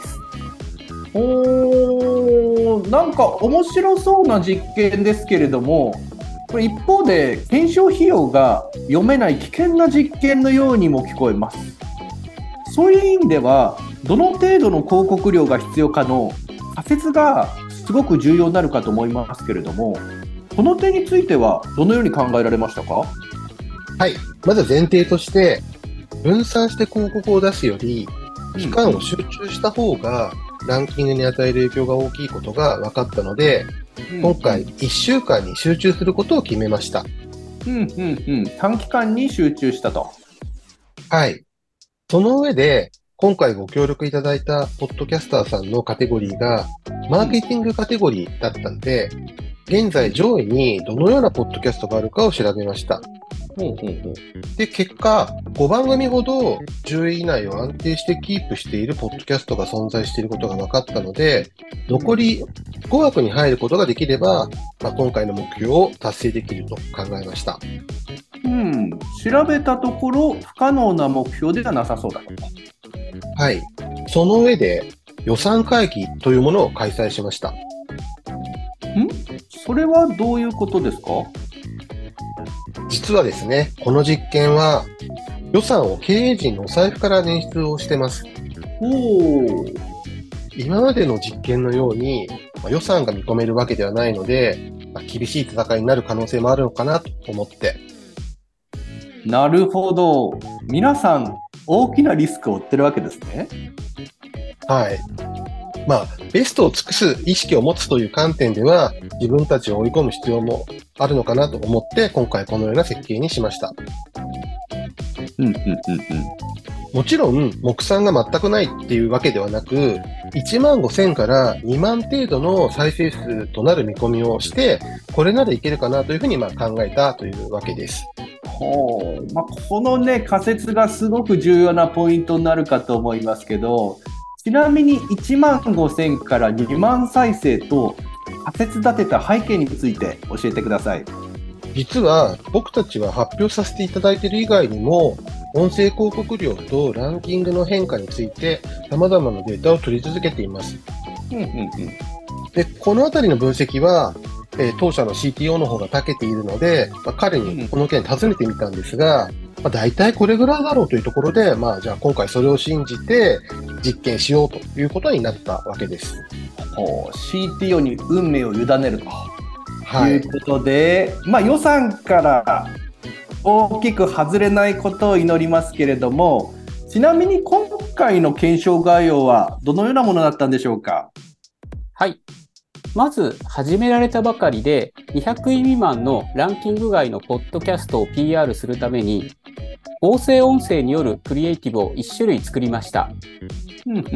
おー、なんか面白そうな実験ですけれども、これ一方で検証費用が読めない危険な実験のようにも聞こえます。そういう意味では、どの程度の広告量が必要かの仮説がすごく重要になるかと思いますけれども、この点についてはどのように考えられましたか？ はい。まず前提として、分散して広告を出すより、期間を集中した方が、ランキングに与える影響が大きいことが分かったので、うん、今回いっしゅうかんに集中することを決めました。 うんうんうん。短期間に集中したと。 はい。その上で、今回ご協力いただいたポッドキャスターさんのカテゴリーが、マーケティングカテゴリーだったんで、現在上位にどのようなポッドキャストがあるかを調べました。 ほうほうほう。 で、結果、ごばんぐみほどじゅうい以内を安定してキープしているポッドキャストが存在していることが分かったので、残りごわくに入ることができれば、まあ、今回の目標を達成できると考えました。 うん、調べたところ不可能な目標ではなさそうだと。 はい。その上で予算会議というものを開催しました。ん？ それはどういうことですか？ 実はですね、この実験は予算を経営陣のお財布から捻出をしてます。 おー。 今までの実験のように、まあ、予算が見込めるわけではないので、まあ、厳しい戦いになる可能性もあるのかなと思って。 なるほど。皆さん大きなリスクを負ってるわけですね。 はい。まあ、ベストを尽くす意識を持つという観点では、自分たちを追い込む必要もあるのかなと思って、今回このような設計にしました。 うんうんうんうん。 もちろん、目算が全くないっていうわけではなく、いちまんごせんからにまん程度の再生数となる見込みをして、これならいけるかなというふうにまあ考えたというわけです。 ほう。まあ、このね、仮説がすごく重要なポイントになるかと思いますけど、ちなみにいちまんごせんからにまん再生と仮説立てた背景について教えてください。 実は僕たちは発表させていただいている以外にも、音声広告量とランキングの変化について様々なデータを取り続けています。 うんうんうん、 で、このあたりの分析は、えー、当社の シーティーオー の方が長けているので、まあ、彼にこの件尋ねてみたんですが、まあ、大体これぐらいだろうというところで、まあ、じゃあ今回それを信じて実験しようということになったわけです。 ほう、シーティーオー に運命を委ねると、はい、いうことで、まあ、予算から大きく外れないことを祈りますけれども、ちなみに今回の検証概要はどのようなものだったんでしょうか？ はい。まず始められたばかりでにひゃくい未満のランキング外のポッドキャストを ピーアール するために合成音声によるクリエイティブをいち種類作りました。 うんうんうん、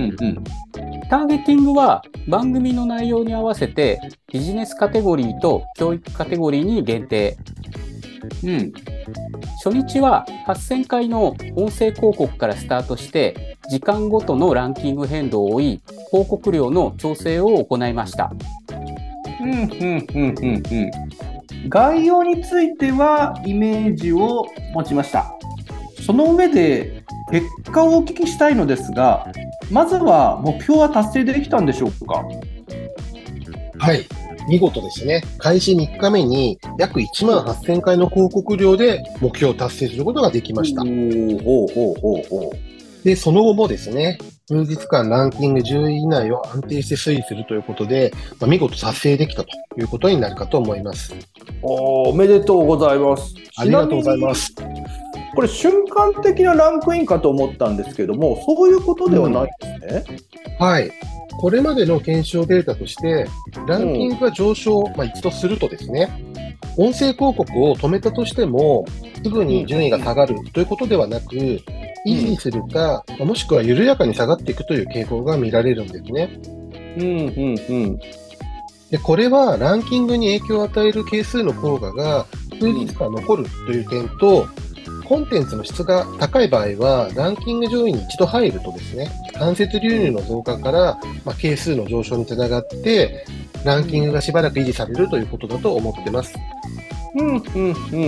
ターゲティングは番組の内容に合わせてビジネスカテゴリーと教育カテゴリーに限定。うん、初日ははっせんかいの音声広告からスタートして時間ごとのランキング変動を追い広告量の調整を行いました。 うんうんうんうんうん。概要についてはイメージを持ちました。 その上で結果をお聞きしたいのですが、まずは目標は達成できたんでしょうか？ はい。見事ですね。開始みっかめに約いちまんはっせんかいの広告量で目標を達成することができました。 おーほうほうほうほう。 で、その後もですね、数日間ランキングじゅうい以内を安定して推移するということで、まあ、見事達成できたということになるかと思います。 おめでとうございます。 ありがとうございます。 これ瞬間的なランクインかと思ったんですけども、そういうことではないですね。 うん、はい。これまでの検証データとして、ランキングが上昇、まあ、一度するとですね、音声広告を止めたとしても、すぐに順位が下がるということではなく、維持するか、もしくは緩やかに下がっていくという傾向が見られるんですね。 うんうんうん。 で、これはランキングに影響を与える係数の効果が数日間残るという点と、コンテンツの質が高い場合は、ランキング上位に一度入るとですね、間接流入の増加から、まあ、係数の上昇につながって、ランキングがしばらく維持されるということだと思ってます。 うんうんうん。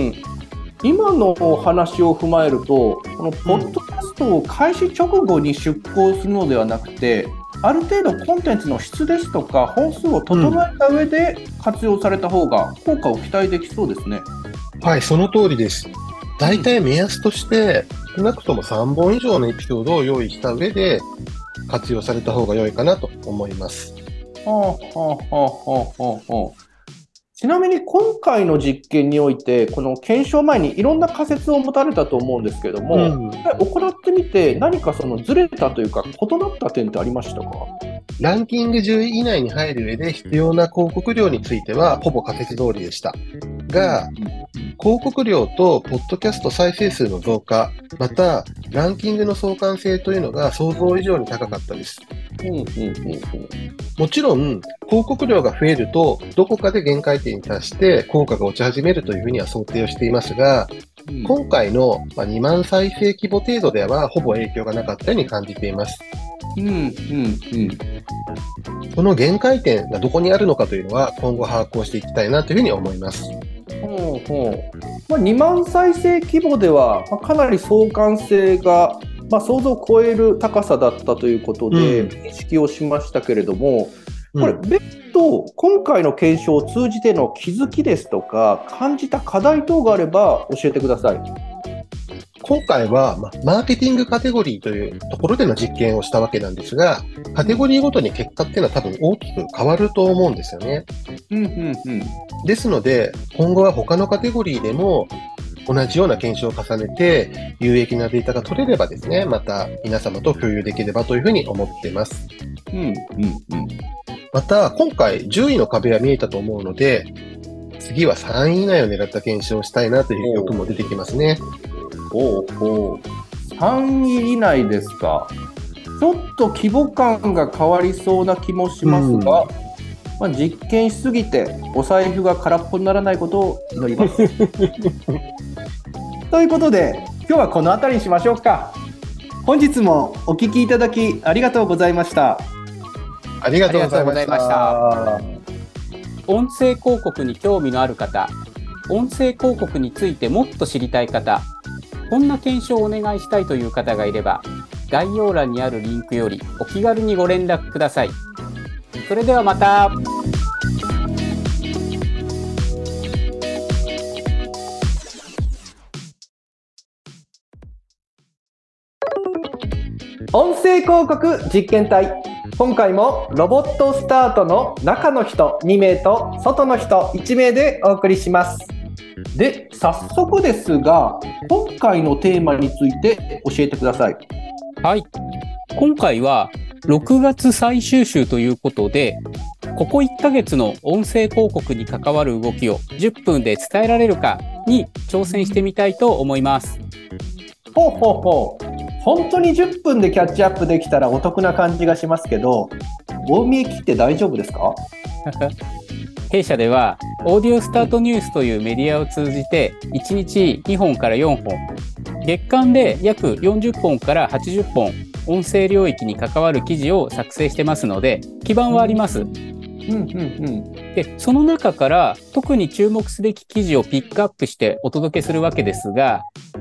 今のお話を踏まえると、このポッドキャストを開始直後に出稿するのではなくて、ある程度コンテンツの質ですとか本数を整えた上で活用された方が効果を期待できそうですね。 はい、その通りです。大体目安として少なくともさんぼん以上のエピソードを用意した上で活用された方が良いかなと思います。 はあはあはあはあはあ。ちなみに今回の実験においてこの検証前にいろんな仮説を持たれたと思うんですけども、うん、行ってみて何かそのずれたというか異なった点ってありましたか？ ランキングじゅうい以内に入る上で必要な広告量についてはほぼ仮説通りでしたが、広告量とポッドキャスト再生数の増加、またランキングの相関性というのが想像以上に高かったです。うんうんうんうん、もちろん広告量が増えるとどこかで限界点に達して効果が落ち始めるというふうには想定をしていますが、うん、今回のにまん再生規模程度ではほぼ影響がなかったように感じています。うんうんうん、この限界点がどこにあるのかというのは今後把握をしていきたいなというふうに思います。 ほうほう。まあ、にまん再生規模では、まあ、かなり相関性が、まあ、想像を超える高さだったということで認識をしましたけれども、うん、これ別途今回の検証を通じての気づきですとか感じた課題等があれば教えてください。 今回は、ま、マーケティングカテゴリーというところでの実験をしたわけなんですが、カテゴリーごとに結果っていうのは多分大きく変わると思うんですよね。うんうんうん、ですので、今後は他のカテゴリーでも同じような検証を重ねて有益なデータが取れればですね、また皆様と共有できればというふうに思っています。うんうんうん、また、今回じゅういの壁は見えたと思うので、次はさんい以内を狙った検証をしたいなという欲も出てきますね。 おうおう、さんい以内ですか。ちょっと規模感が変わりそうな気もしますが、うんまあ、実験しすぎてお財布が空っぽにならないことを祈りますということで今日はこの辺りにしましょうか。本日もお聞きいただきありがとうございました。 ありがとうございました。 音声広告に興味のある方、音声広告についてもっと知りたい方、こんな検証をお願いしたいという方がいれば、概要欄にあるリンクよりお気軽にご連絡ください。それではまた。 音声広告実験隊、今回もロボットスタートの中の人にめいと外の人いちめいでお送りします。で、早速ですが、今回のテーマについて教えてください。 はい。今回はろくがつ最終週ということで、ここいっかげつの音声広告に関わる動きをじゅっぷんで伝えられるかに挑戦してみたいと思います。 ほうほうほう。本当にじゅっぷんでキャッチアップできたらお得な感じがしますけど、大見え切って大丈夫ですか？ 弊社ではオーディオスタートニュースというメディアを通じていちにちにほんからよんほん、月間で約よんじゅっぽんからはちじゅっぽん音声領域に関わる記事を作成してますので基盤はあります。うんうんうん、でその中から特に注目すべき記事をピックアップしてお届けするわけですが、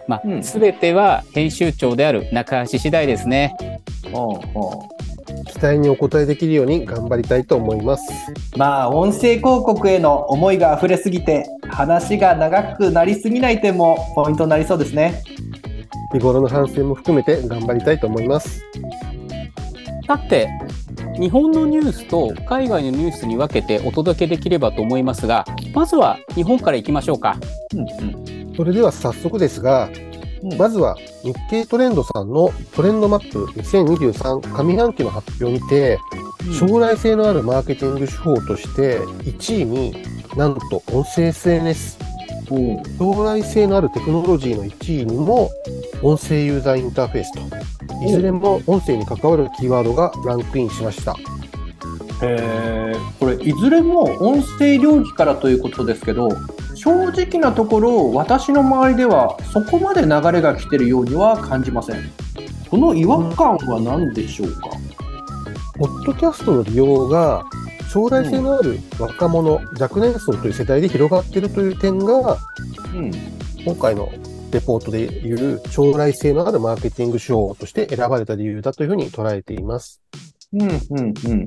まあ、 うん、 すべては編集長である中橋次第ですね。 ほうほ期待にお応えできるように頑張りたいと思います。 う。まあ、音声広告への思いが溢れすぎて、話が長くなりすぎない点もポイントになりそうですね。 日頃の反省も含めて頑張りたいと思います。 さて、日本のニュースと海外のニュースに分けてお届けできればと思いますが、まずは日本からいきましょうか。 うんうんそれでは早速ですが、 うんまずは日経トレンドさんのトレンドマップにせんにじゅうさん上半期の発表にて、将来性のあるマーケティング手法としていちいになんと音声 エスエヌエス、将来性のあるテクノロジーのいちいにも音声ユーザーインターフェースと、いずれも音声に関わるキーワードがランクインしました。 えー、これいずれも音声領域からということですけど、正直なところ私の周りではそこまで流れが来てるようには感じません。この違和感は何でしょうか。 ポッドキャストの利用が将来性のある若者、うん、若年層という世代で広がっているという点が、うん、今回のレポートでいう将来性のあるマーケティング手法として選ばれた理由だというふうに捉えています。 うんうんうん。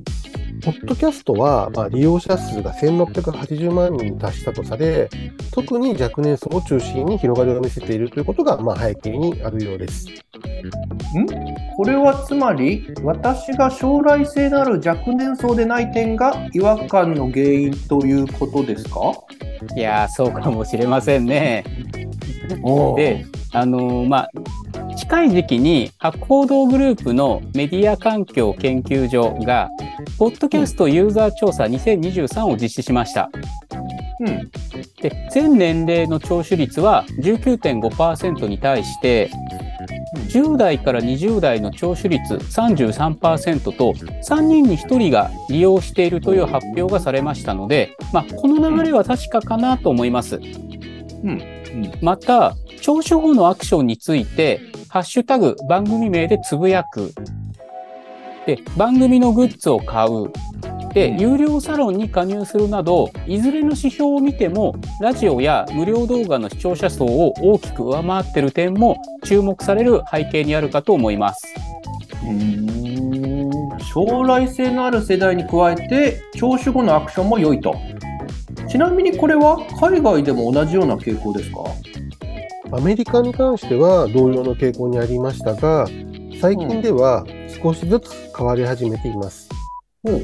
ポッドキャストは、まあ、利用者数がせんろっぴゃくはちじゅうまんにんに達したとされ、特に若年層を中心に広がりを見せているということが、まあ、背景にあるようです。んこれはつまり、私が将来性のある若年層でない点が違和感の原因ということですか？ いやー、そうかもしれませんね。で、あのー、まあ、近い時期に博報堂グループのメディア環境研究所がポッドキャストユーザー調査にせんにじゅうさんを実施しました。うん、で全年齢の聴取率は じゅうきゅうてんごパーセント に対してじゅう代からにじゅう代の聴取率 さんじゅうさんパーセント とさんにんにひとりが利用しているという発表がされましたので、まあ、この流れは確かかなと思います。うんうん、また聴取後のアクションについてハッシュタグ番組名でつぶやく。で、番組のグッズを買う。で、有料サロンに加入するなど、いずれの指標を見ても、ラジオや無料動画の視聴者層を大きく上回っている点も注目される背景にあるかと思います。 うーん、将来性のある世代に加えて、聴取後のアクションも良いと。ちなみにこれは海外でも同じような傾向ですか？ アメリカに関しては同様の傾向にありましたが、最近では少しずつ変わり始めています。うんうん、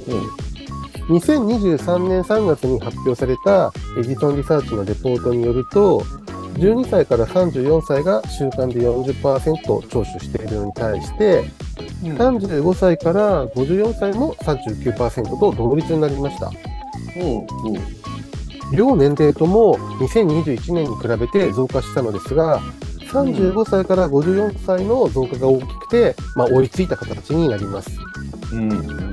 にせんにじゅうさんねんさんがつに発表されたエジソンリサーチのレポートによると、じゅうにさいからさんじゅうよんさいが週間で よんじゅっパーセント 聴取しているのに対して、うん、さんじゅうごさいからごじゅうよんさいも さんじゅうきゅうパーセント と同率になりました。うんうん両年齢ともにせんにじゅういちねんに比べて増加したのですが、さんじゅうごさいからごじゅうよんさいの増加が大きくて、まあ、追いついた形になります。うん、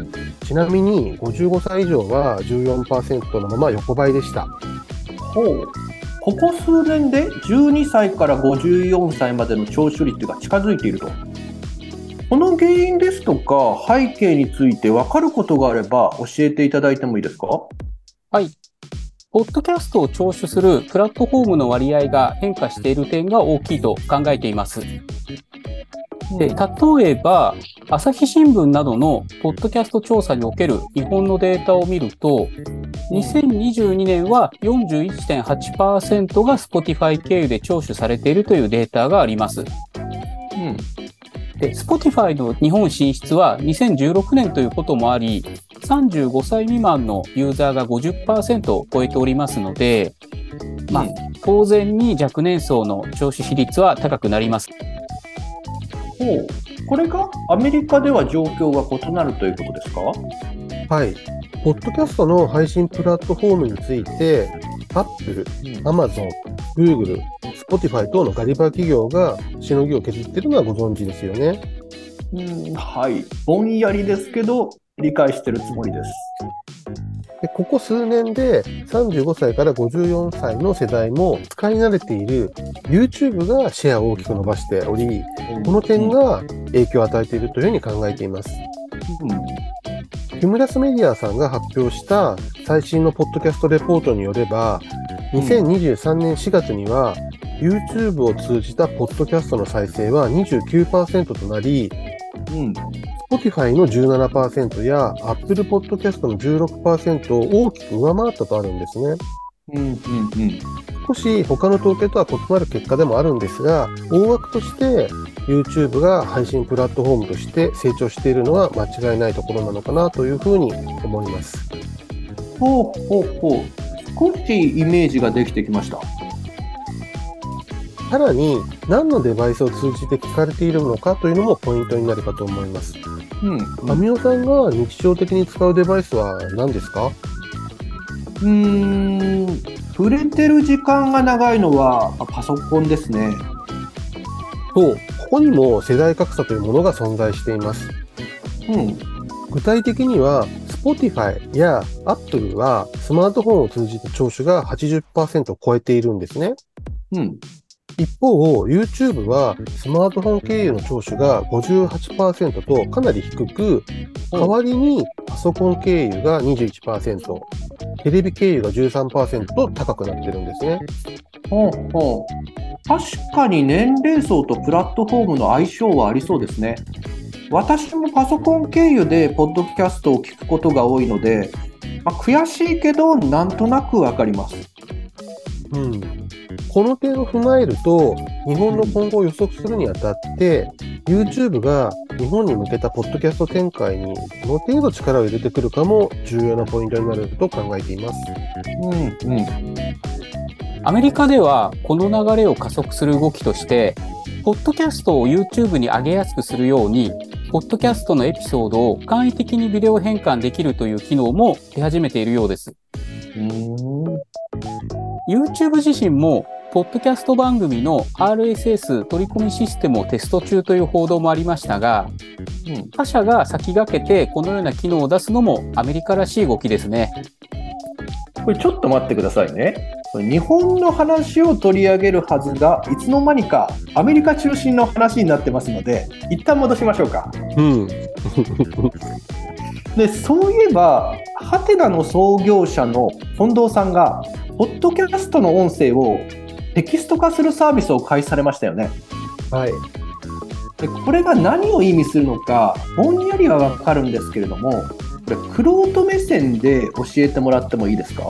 ちなみにごじゅうごさい以上は じゅうよんパーセント のまま横ばいでした。 ほう。ここ数年でじゅうにさいからごじゅうよんさいまでの聴取率が近づいていると。この原因ですとか背景について分かることがあれば教えていただいてもいいですか？ はい。ポッドキャストを聴取するプラットフォームの割合が変化している点が大きいと考えています。で、例えば、朝日新聞などのポッドキャスト調査における日本のデータを見ると、にせんにじゅうにねんは よんじゅういってんはちパーセント が Spotify 経由で聴取されているというデータがあります。うんで、Spotify の日本進出はにせんじゅうろくねんということもあり、さんじゅうごさい未満のユーザーが ごじゅっパーセント を超えておりますので、まあ、当然に若年層の聴取比率は高くなります。 ほう。これがアメリカでは状況が異なるということですか？ はい。ポッドキャストの配信プラットフォームについて、Apple、Amazon、Google、Spotify 等のガリバー企業がしのぎを削っているのはご存知ですよね。 うん、はい。ぼんやりですけど、理解しているつもりです。 でここ数年でさんじゅうごさいからごじゅうよんさいの世代も使い慣れている YouTube がシェアを大きく伸ばしており、うん、この点が影響を与えているというふうに考えています。うん、キムラスメディアさんが発表した最新のポッドキャストレポートによれば、にせんにじゅうさんねんしがつには YouTube を通じたポッドキャストの再生は にじゅうきゅうパーセント となり、 うん。 Spotify の じゅうななパーセント や Apple Podcast の じゅうろくパーセント を大きく上回ったとあるんですね。 うんうんうん。 少し他の統計とは異なる結果でもあるんですが、大枠として YouTube が配信プラットフォームとして成長しているのは間違いないところなのかなというふうに思います。 ほうほうほう。少しイメージができてきました。 さらに何のデバイスを通じて聞かれているのかというのもポイントになるかと思います。 うん。 アミオさんが日常的に使うデバイスは何ですか？ うーん。触れてる時間が長いのはパソコンですね。 そう、ここにも世代格差というものが存在しています。 うん。 具体的には Spotify や Apple はスマートフォンを通じて聴取が はちじゅっパーセント を超えているんですね。 うん。 一方、YouTube はスマートフォン経由の聴取が ごじゅうはちパーセント とかなり低く、代わりにパソコン経由が にじゅういちパーセント、テレビ経由が じゅうさんパーセント と高くなってるんですね。 ほうほう。確かに年齢層とプラットフォームの相性はありそうですね。私もパソコン経由でポッドキャストを聞くことが多いので、まあ、悔しいけどなんとなくわかります。 うん。この点を踏まえると、日本の今後を予測するにあたって、YouTube が日本に向けたポッドキャスト展開にどの程度力を入れてくるかも重要なポイントになると考えています。 うんうん。 アメリカではこの流れを加速する動きとして、ポッドキャストを YouTube に上げやすくするように、ポッドキャストのエピソードを簡易的にビデオ変換できるという機能も出始めているようです。 うーん。 YouTube 自身も、ポッドキャスト番組の アールエスエス 取り込みシステムをテスト中という報道もありましたが、 うん、 他社が先駆けてこのような機能を出すのもアメリカらしい動きですね。 これちょっと待ってくださいね。これ日本の話を取り上げるはずが、いつの間にかアメリカ中心の話になってますので、一旦戻しましょうか。 うん。 で、そういえば、ハテナの創業者の近藤さんが、ポッドキャストの音声をテキスト化するサービスを開始されましたよね。 はい。 で、これが何を意味するのか、ぼんやりはわかるんですけれども、これ、玄人目線で教えてもらってもいいですか？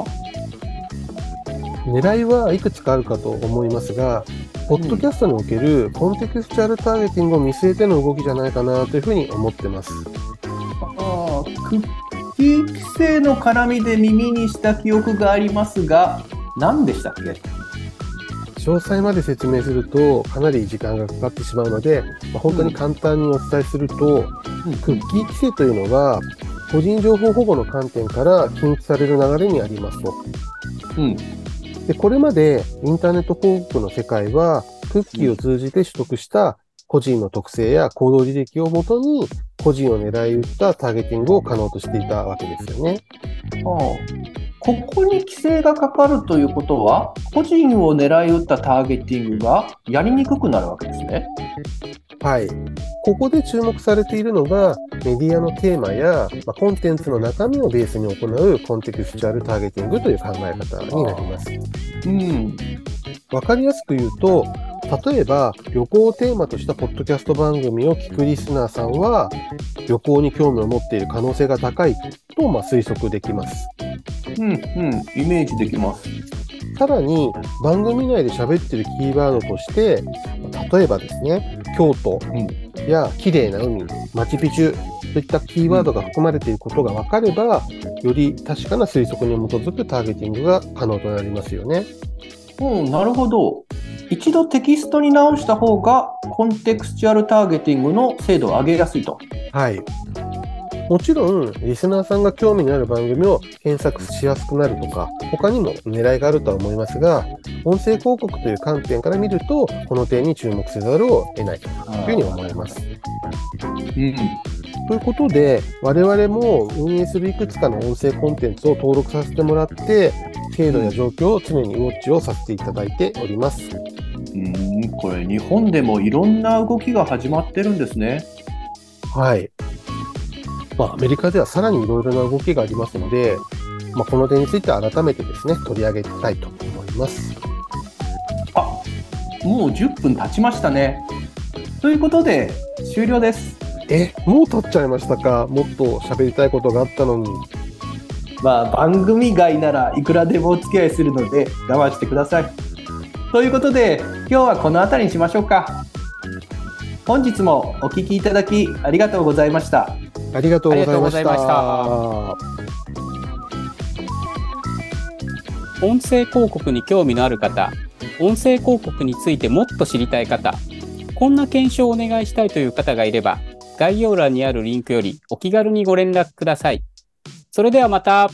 狙いはいくつかあるかと思いますが、ポッドキャストにおけるコンテクスチャルターゲティングを見据えての動きじゃないかなというふうに思ってます。 ああ、クッキー規制の絡みで耳にした記憶がありますが、何でしたっけ？ 詳細まで説明するとかなり時間がかかってしまうので、まあ、本当に簡単にお伝えすると、うん、クッキー規制というのが個人情報保護の観点から禁止される流れにありますと。 うん、 でこれまでインターネット広告の世界はクッキーを通じて取得した個人の特性や行動履歴をもとに個人を狙い撃ったターゲティングを可能としていたわけですよね。 ああ、ここに規制がかかるということは、個人を狙い撃ったターゲティングがやりにくくなるわけですね。 はい。ここで注目されているのが、メディアのテーマや、まあ、コンテンツの中身をベースに行うコンテクスチャルターゲティングという考え方になります。 うん。 わかりやすく言うと、例えば旅行をテーマとしたポッドキャスト番組を聞くリスナーさんは、旅行に興味を持っている可能性が高いとまあ推測できます。 うんうん、イメージできます。 さらに番組内で喋ってるキーワードとして、例えばですね、京都や綺麗な海、マチュピチュといったキーワードが含まれていることが分かれば、より確かな推測に基づくターゲティングが可能となりますよね。 うん、なるほど。一度テキストに直した方がコンテクスチュアルターゲティングの精度を上げやすいと。 はい。もちろんリスナーさんが興味のある番組を検索しやすくなるとか、他にも狙いがあるとは思いますが、音声広告という観点から見るとこの点に注目せざるを得ないというふうに思います。 うん、 ということで、我々も運営するいくつかの音声コンテンツを登録させてもらって、精度や状況を常にウォッチをさせていただいております。 うん、これ日本でもいろんな動きが始まってるんですね。 はい。まあ、アメリカではさらにいろいろな動きがありますので、まあ、この点について改めてですね、取り上げたいと思います。 あ、 もうじゅっぷん経ちましたね。ということで終了です。 え、もう経っちゃいましたか。もっと喋りたいことがあったのに。 まあ番組外ならいくらでもお付き合いするので我慢してください。ということで今日はこの辺りにしましょうか。本日もお聞きいただきありがとうございました。 ありがとうございました。 ありがとうございました。音声広告に興味のある方、音声広告についてもっと知りたい方、こんな検証をお願いしたいという方がいれば、概要欄にあるリンクよりお気軽にご連絡ください。それではまた。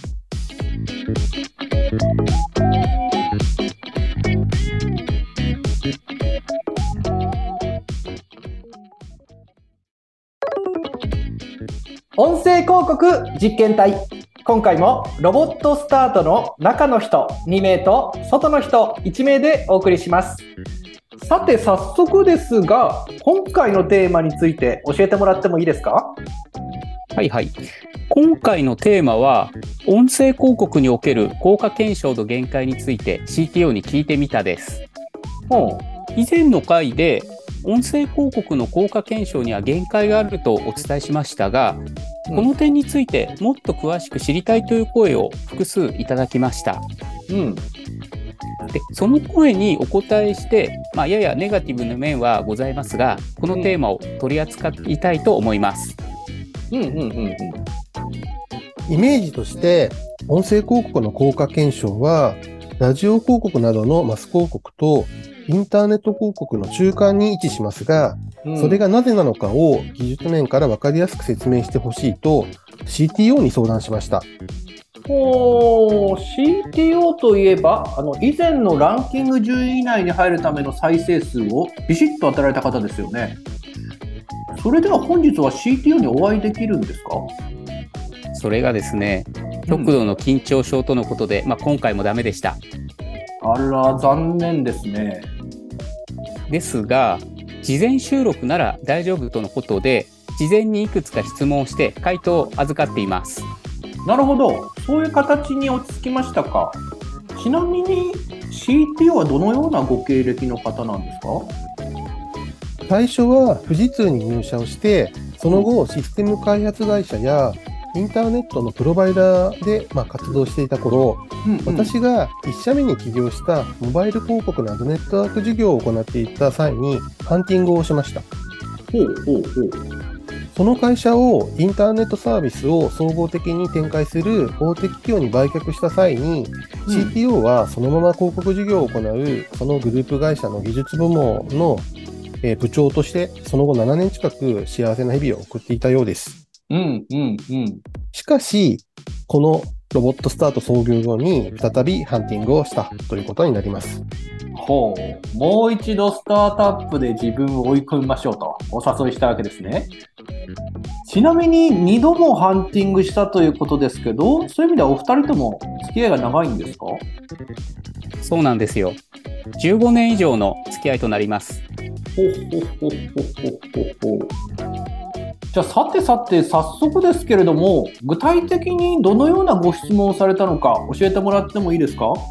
音声広告実験隊、今回もロボットスタートの中の人に名と外の人いち名でお送りします。さて早速ですが、今回のテーマについて教えてもらってもいいですか？ はいはい。今回のテーマは、音声広告における効果検証の限界について シーティーオー に聞いてみたです。 ほう以前の回で音声広告の効果検証には限界があるとお伝えしましたが、うん、この点についてもっと詳しく知りたいという声を複数いただきました。 うん、 でその声にお答えして、まあ、ややネガティブな面はございますが、このテーマを取り扱いたいと思います。 うんうんうんうん、 イメージとして音声広告の効果検証はラジオ広告などのマス広告とインターネット広告の中間に位置しますが、うん、それがなぜなのかを技術面から分かりやすく説明してほしいと シーティーオー に相談しました。 おー、 シーティーオー といえばあの以前のランキング順位以内に入るための再生数をビシッと当てられた方ですよね。それでは本日は シーティーオー にお会いできるんですか？ それがですね、極度の緊張症とのことで、うん、まあ、今回もダメでした。 あら、残念ですね。 ですが、事前収録なら大丈夫とのことで、事前にいくつか質問をして回答を預かっています。 なるほど、そういう形に落ち着きましたか。ちなみに シーティーオー はどのようなご経歴の方なんですか？ 最初は富士通に入社をして、その後システム開発会社やインターネットのプロバイダーで、まあ、活動していた頃、うんうん、私がいっ社目に起業したモバイル広告などネットワーク事業を行っていた際にハンティングをしました。 ほうほうほう。 その会社をインターネットサービスを総合的に展開する大手企業に売却した際に、うん、シーティーオー はそのまま広告事業を行うそのグループ会社の技術部門の部長としてその後ななねん近く幸せな日々を送っていたようです。 うんうんうん。 しかしこのロボットスタート創業後に再びハンティングをしたということになります。 ほう、もう一度スタートアップで自分を追い込みましょうとお誘いしたわけですね。ちなみににどもハンティングしたということですけど、そういう意味ではお二人とも付き合いが長いんですか？ そうなんですよ。じゅうごねん以上の付き合いとなります。 ほほほほほほほ。じゃあさてさて早速ですけれども、具体的にどのようなご質問をされたのか教えてもらってもいいですか？ はい、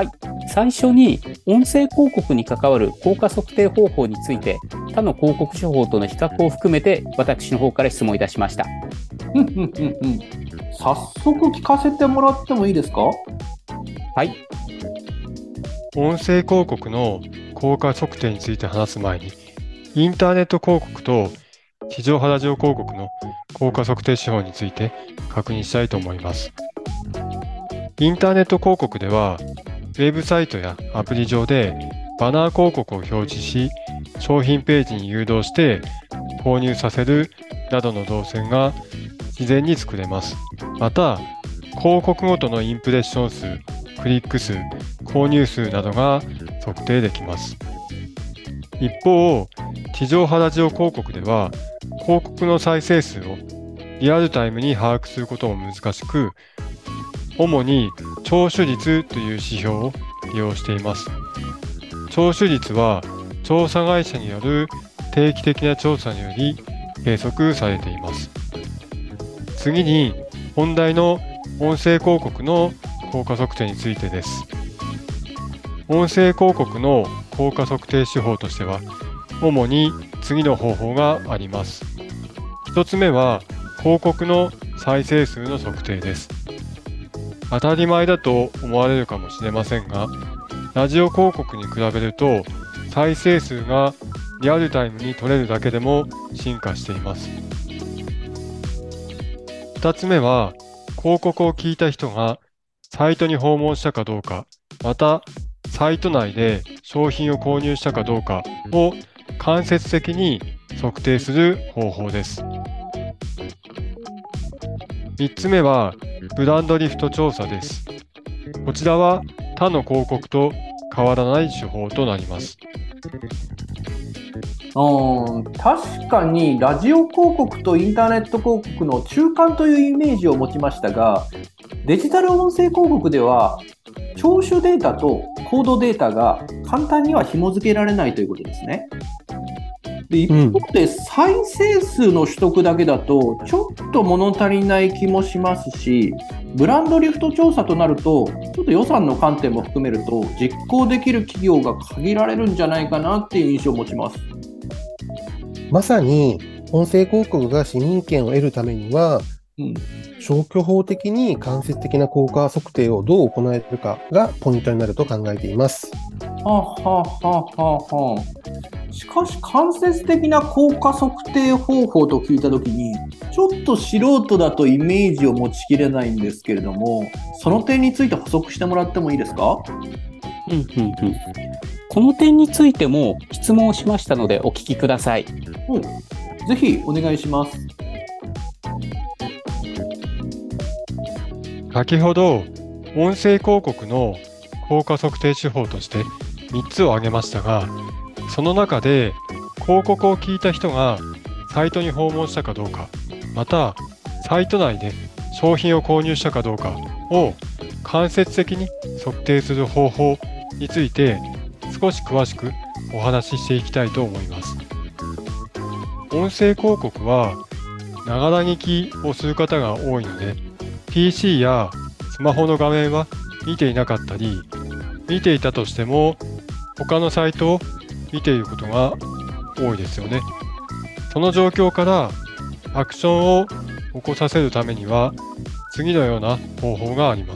最初に音声広告に関わる効果測定方法について他の広告手法との比較を含めて私の方から質問いたしました。 うんうんうんうん。早速聞かせてもらってもいいですか？ はい。 音声広告の効果測定について話す前に、インターネット広告と地上波ラジオ広告の効果測定手法について確認したいと思います。インターネット広告では、ウェブサイトやアプリ上でバナー広告を表示し、商品ページに誘導して購入させるなどの動線が事前に作れます。また、広告ごとのインプレッション数、クリック数、購入数などが測定できます。一方、地上波ラジオ広告では、広告の再生数をリアルタイムに把握することも難しく、主に聴取率という指標を利用しています。聴取率は調査会社による定期的な調査により計測されています。次に本題の音声広告の効果測定についてです。音声広告の効果測定手法としては、主に次の方法があります。一つ目は、広告の再生数の測定です。当たり前だと思われるかもしれませんが、ラジオ広告に比べると、再生数がリアルタイムに取れるだけでも進化しています。二つ目は、広告を聞いた人がサイトに訪問したかどうか、またサイト内で商品を購入したかどうかを間接的に測定する方法です。三つ目はブランドリフト調査です。こちらは他の広告と変わらない手法となります。 うん、確かにラジオ広告とインターネット広告の中間というイメージを持ちましたが、デジタル音声広告では聴取データとコードデータが簡単には紐付けられないということですね。で、一方で再生数の取得だけだとちょっと物足りない気もしますし、ブランドリフト調査となるとちょっと予算の観点も含めると実行できる企業が限られるんじゃないかなっていう印象を持ちます。 まさに音声広告が市民権を得るためには、うん、消去法的に間接的な効果測定をどう行えるかがポイントになると考えています。 はあ、はあはあはあ、しかし間接的な効果測定方法と聞いたときにちょっと素人だとイメージを持ちきれないんですけれども、その点について補足してもらってもいいですか？ うんうんうん。この点についても質問をしましたのでお聞きください。 うん、ぜひお願いします。 先ほど音声広告の効果測定手法としてみっつを挙げましたが、その中で広告を聞いた人がサイトに訪問したかどうか、またサイト内で商品を購入したかどうかを間接的に測定する方法について少し詳しくお話ししていきたいと思います。音声広告はながら聞きをする方が多いので、 ピーシー やスマホの画面は見ていなかったり、見ていたとしても他のサイトを見ていることが多いですよね。その状況からアクションを起こさせるためには次のような方法があります。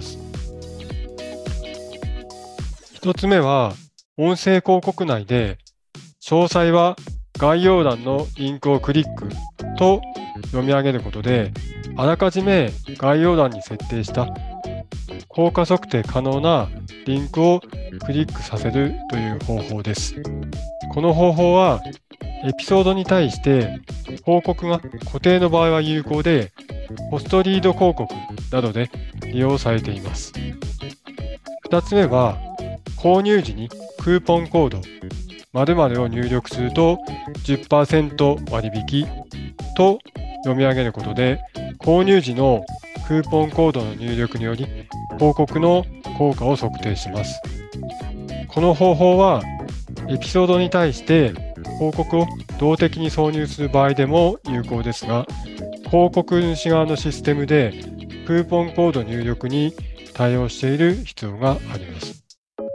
一つ目は、音声広告内で詳細は概要欄のリンクをクリックと読み上げることで、あらかじめ概要欄に設定した効果測定可能なリンクをクリックさせるという方法です。この方法はエピソードに対して広告が固定の場合は有効で、ポストリード広告などで利用されています。二つ目は、購入時にクーポンコード〇〇を入力すると じゅっパーセント 割引と読み上げることで、購入時のクーポンコードの入力により広告の効果を測定します。この方法はエピソードに対して広告を動的に挿入する場合でも有効ですが、広告主側のシステムでクーポンコード入力に対応している必要があります。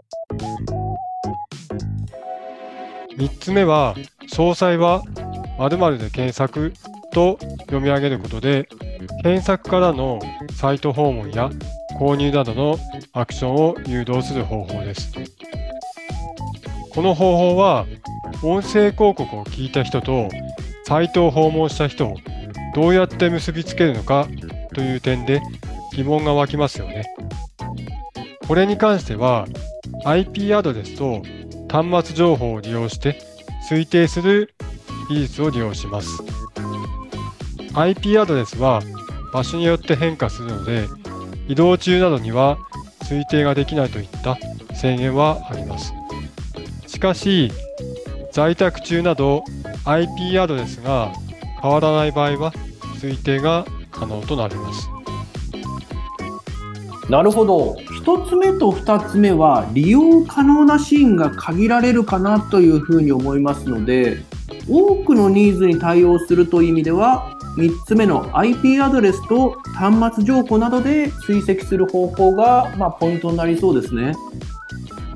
みっつめは、詳細は〇〇で検索と読み上げることで、検索からのサイト訪問や購入などのアクションを誘導する方法です。この方法は、音声広告を聞いた人とサイトを訪問した人をどうやって結びつけるのかという点で疑問が湧きますよね。これに関しては アイピー アドレスと端末情報を利用して推定する技術を利用します。アイピー アドレスは場所によって変化するので、移動中などには推定ができないといった制限はあります。しかし、在宅中など アイピー アドレスが変わらない場合は推定が可能となります。 なるほど。一つ目と二つ目は利用可能なシーンが限られるかなというふうに思いますので、多くのニーズに対応するという意味ではみっつめの アイピー アドレスと端末情報などで追跡する方法が、まあ、ポイントになりそうですね。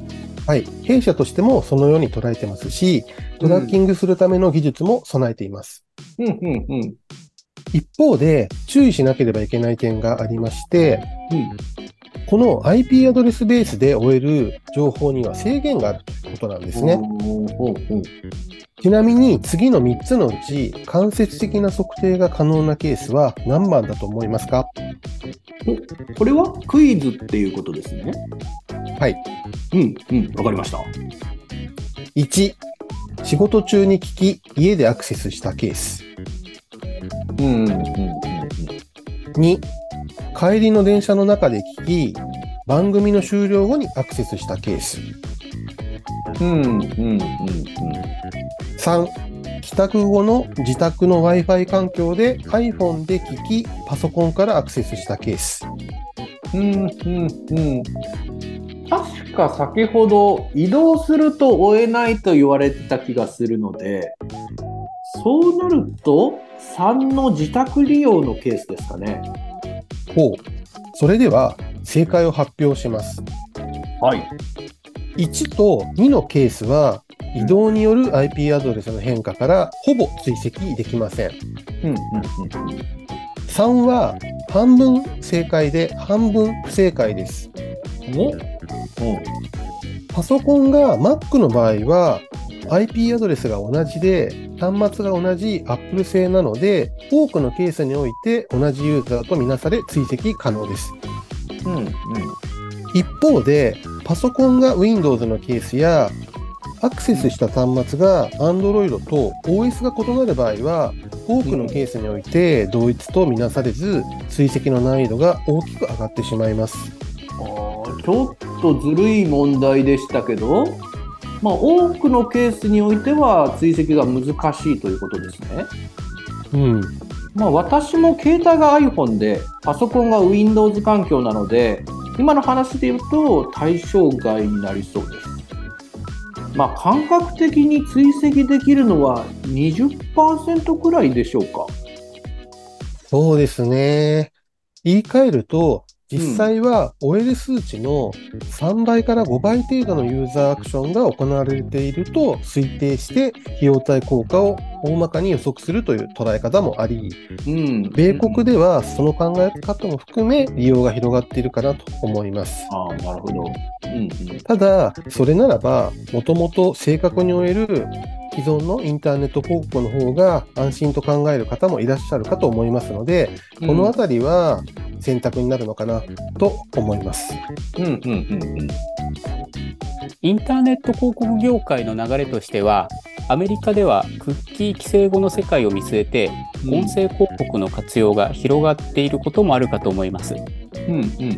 はい。弊社としてもそのように捉えてますし、トラッキングするための技術も備えています。 うんうんうん。 一方で、注意しなければいけない点がありまして、 うん。 この アイピー アドレスベースで追える情報には制限があるということなんですね。 ほうほうほう。 ちなみに次のみっつのうち間接的な測定が可能なケースは何番だと思いますか？ お、これはクイズっていうことですね。 はい。 うんうん、わかりました。 いち、仕事中に聞き、家でアクセスしたケース。 うんうんうんうん。 に、帰りの電車の中で聞き、番組の終了後にアクセスしたケース。 うんうんうんうん。 さん、帰宅後の自宅の Wi-Fi 環境で iPhone で聞き、パソコンからアクセスしたケース。 うんうんうん。確か先ほど移動すると追えないと言われてた気がするので、そうなるとさんの自宅利用のケースですかね。 ほう。それでは正解を発表します。 はい。 いちとにのケースは移動による アイピー アドレスの変化からほぼ追跡できません。 うんうんうん。 さんは半分正解で半分不正解です。 おパソコンが Mac の場合は アイピー アドレスが同じで端末が同じ Apple 製なので多くのケースにおいて同じユーザーとみなされ追跡可能です。 うんうん。 一方でパソコンが Windows のケースやアクセスした端末が Android と オーエス が異なる場合は多くのケースにおいて同一とみなされず追跡の難易度が大きく上がってしまいます。 ちょっとずるい問題でしたけど、まあ、多くのケースにおいては追跡が難しいということですね。 うん。 まあ、私も携帯が iPhone でパソコンが Windows 環境なので今の話で言うと対象外になりそうです。まあ、感覚的に追跡できるのは にじゅっパーセント くらいでしょうか。 そうですね。言い換えると実際は オーエル 数値のさんばいからごばい程度のユーザーアクションが行われていると推定して費用対効果を大まかに予測するという捉え方もあり、 うん、 米国ではその考え方も含め利用が広がっているかなと思います。 ああ、なるほど。うんうん、 ただ、それならば、もともと正確に追える既存のインターネット広告の方が安心と考える方もいらっしゃるかと思いますので、このあたりは選択になるのかなと思います。 うんうんうんうん。 インターネット広告業界の流れとしては、アメリカではクッキー規制後の世界を見据えて、音声広告の活用が広がっていることもあるかと思います。 うんうん。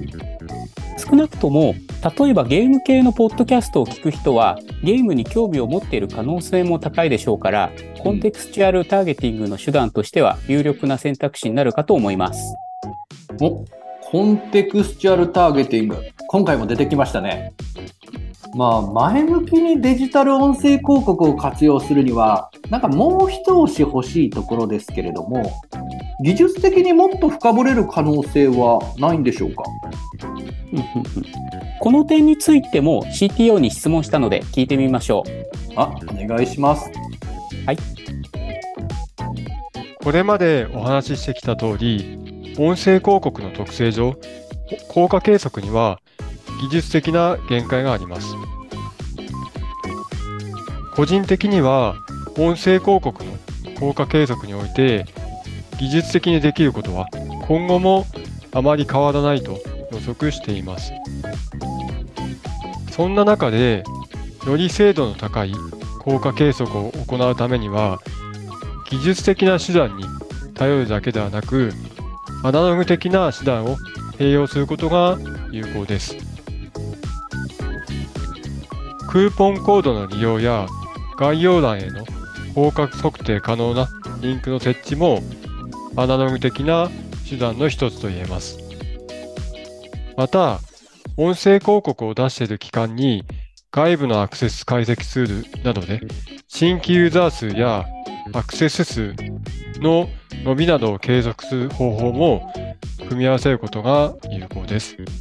少なくとも、例えばゲーム系のポッドキャストを聞く人は、ゲームに興味を持っている可能性も高いでしょうから、コンテクスチュアルターゲティングの手段としては有力な選択肢になるかと思います。 お、コンテクスチュアルターゲティング、今回も出てきましたね。まあ、前向きにデジタル音声広告を活用するには、なんかもう一押し欲しいところですけれども、技術的にもっと深掘れる可能性はないんでしょうか？ この点についても シーティーオー に質問したので聞いてみましょう。 あ、お願いします。 はい。 これまでお話ししてきた通り、音声広告の特性上、効果計測には技術的な限界があります。個人的には音声広告の効果計測において技術的にできることは今後もあまり変わらないと予測しています。そんな中でより精度の高い効果計測を行うためには技術的な手段に頼るだけではなくアナログ的な手段を併用することが有効です。クーポンコードの利用や概要欄への効果測定可能なリンクの設置もアナログ的な手段の一つと言えます。また、音声広告を出している期間に外部のアクセス解析ツールなどで新規ユーザー数やアクセス数の伸びなどを計測する方法も組み合わせることが有効です。 あ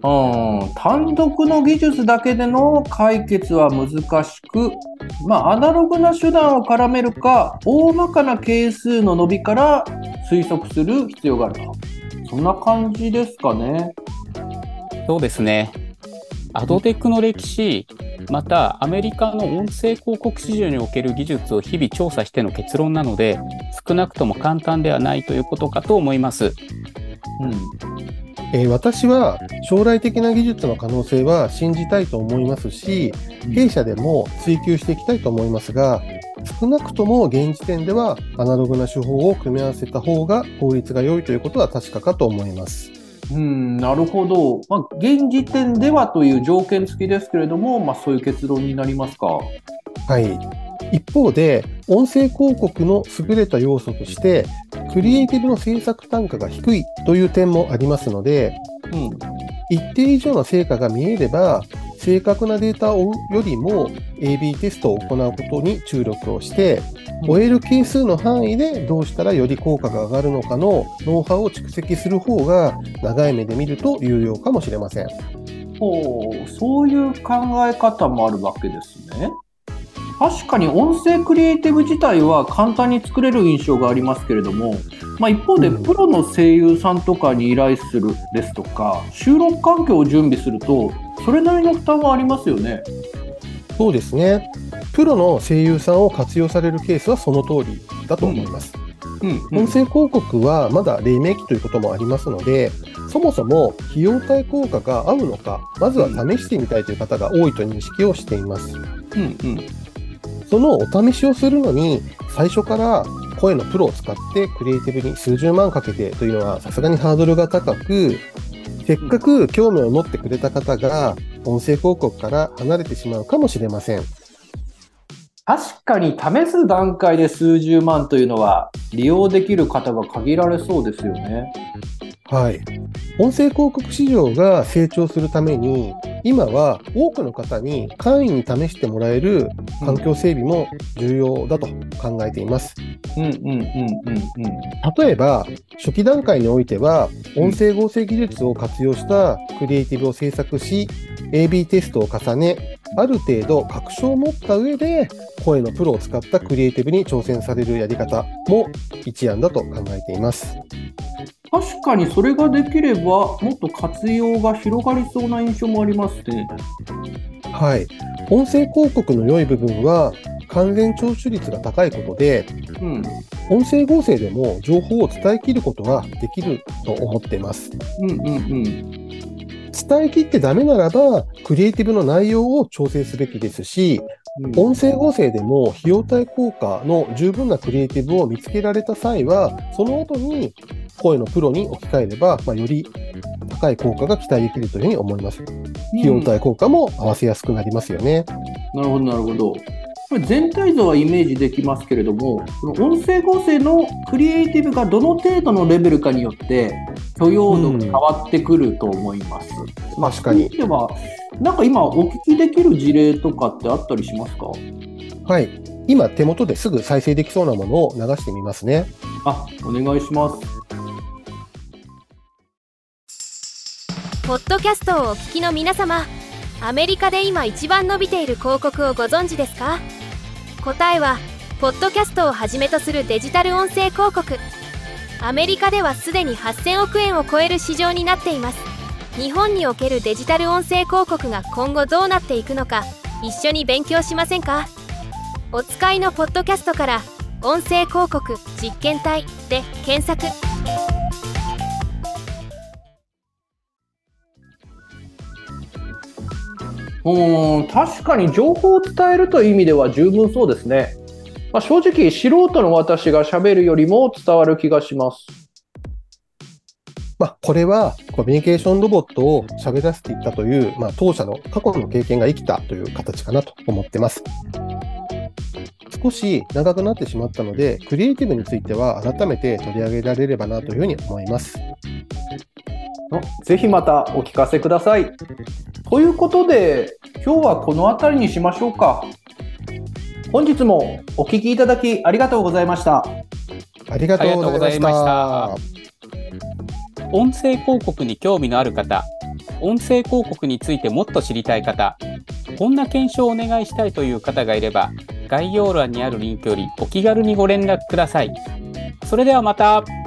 うん、単独の技術だけでの解決は難しく、まあ、アナログな手段を絡めるか、大まかな係数の伸びから推測する必要があると。そんな感じですかね。 そうですね。アドテックの歴史、またアメリカの音声広告市場における技術を日々調査しての結論なので、少なくとも簡単ではないということかと思います。 うんえー私は将来的な技術の可能性は信じたいと思いますし、弊社でも追求していきたいと思いますが、少なくとも現時点ではアナログな手法を組み合わせた方が効率が良いということは確かかと思います。 うん、なるほど。まあ、現時点ではという条件付きですけれども、まあ、そういう結論になりますか。 はい。一方で、音声広告の優れた要素として、クリエイティブの制作単価が低いという点もありますので、 うん、 一定以上の成果が見えれば、正確なデータを追うよりも エービー テストを行うことに注力をして、追える係数の範囲でどうしたらより効果が上がるのかのノウハウを蓄積する方が長い目で見ると有用かもしれません。 ほう、そういう考え方もあるわけですね。確かに音声クリエイティブ自体は簡単に作れる印象がありますけれども、まあ、一方でプロの声優さんとかに依頼するですとか、収録環境を準備するとそれなりの負担はありますよね。 そうですね。プロの声優さんを活用されるケースはその通りだと思います。 うんうん、 音声広告はまだ黎明期ということもありますので、そもそも費用対効果が合うのか、まずは試してみたいという方が多いと認識をしています。 うんうん、 そのお試しをするのに、最初から声のプロを使ってクリエイティブに数十万かけてというのはさすがにハードルが高く、せっかく興味を持ってくれた方が音声広告から離れてしまうかもしれません。 確かに試す段階で数十万というのは利用できる方が限られそうですよね。 はい。音声広告市場が成長するために、今は多くの方に簡易に試してもらえる環境整備も重要だと考えています。 うんうんうんうんうん。 例えば、初期段階においては、音声合成技術を活用したクリエイティブを制作し、エービー テストを重ね、ある程度確証を持った上で、声のプロを使ったクリエイティブに挑戦されるやり方も一案だと考えています。 確かにそれができれば、もっと活用が広がりそうな印象もありますね。 はい。音声広告の良い部分は、完全聴取率が高いことで、 うん、 音声合成でも情報を伝えきることができると思っています。 うんうんうん。 伝えきってダメならば、クリエイティブの内容を調整すべきですし、うん、音声合成でも費用対効果の十分なクリエイティブを見つけられた際は、その後に声のプロに置き換えれば、まあ、より高い効果が期待できるというふうに思います。費用対効果も合わせやすくなりますよね。 うん、なるほど、なるほど。これ全体像はイメージできますけれども、その音声合成のクリエイティブがどの程度のレベルかによって許容度が変わってくると思います。 うん、確かに。 では、なんか今お聞きできる事例とかってあったりしますか？ はい。今手元ですぐ再生できそうなものを流してみますね。 あ、お願いします。 ポッドキャストをお聞きの皆様、アメリカで今一番伸びている広告をご存知ですか？答えはポッドキャストをはじめとするデジタル音声広告。アメリカではすでにはっせんおくえんを超える市場になっています。日本におけるデジタル音声広告が今後どうなっていくのか、一緒に勉強しませんか？お使いのポッドキャストから音声広告実験体で検索。 うん、確かに情報を伝えるという意味では十分そうですね。まあ、正直素人の私が喋るよりも伝わる気がします。 まあ、これはコミュニケーションロボットを喋らせていったという、まあ、当社の過去の経験が生きたという形かなと思ってます。少し長くなってしまったので、クリエイティブについては改めて取り上げられればなというふうに思います。 ぜひまたお聞かせください。ということで、今日はこの辺りにしましょうか。本日もお聞きいただきありがとうございました。 ありがとうございました。 音声広告に興味のある方、 音声広告についてもっと知りたい方、こんな検証をお願いしたいという方がいれば、概要欄にあるリンクよりお気軽にご連絡ください。それではまた。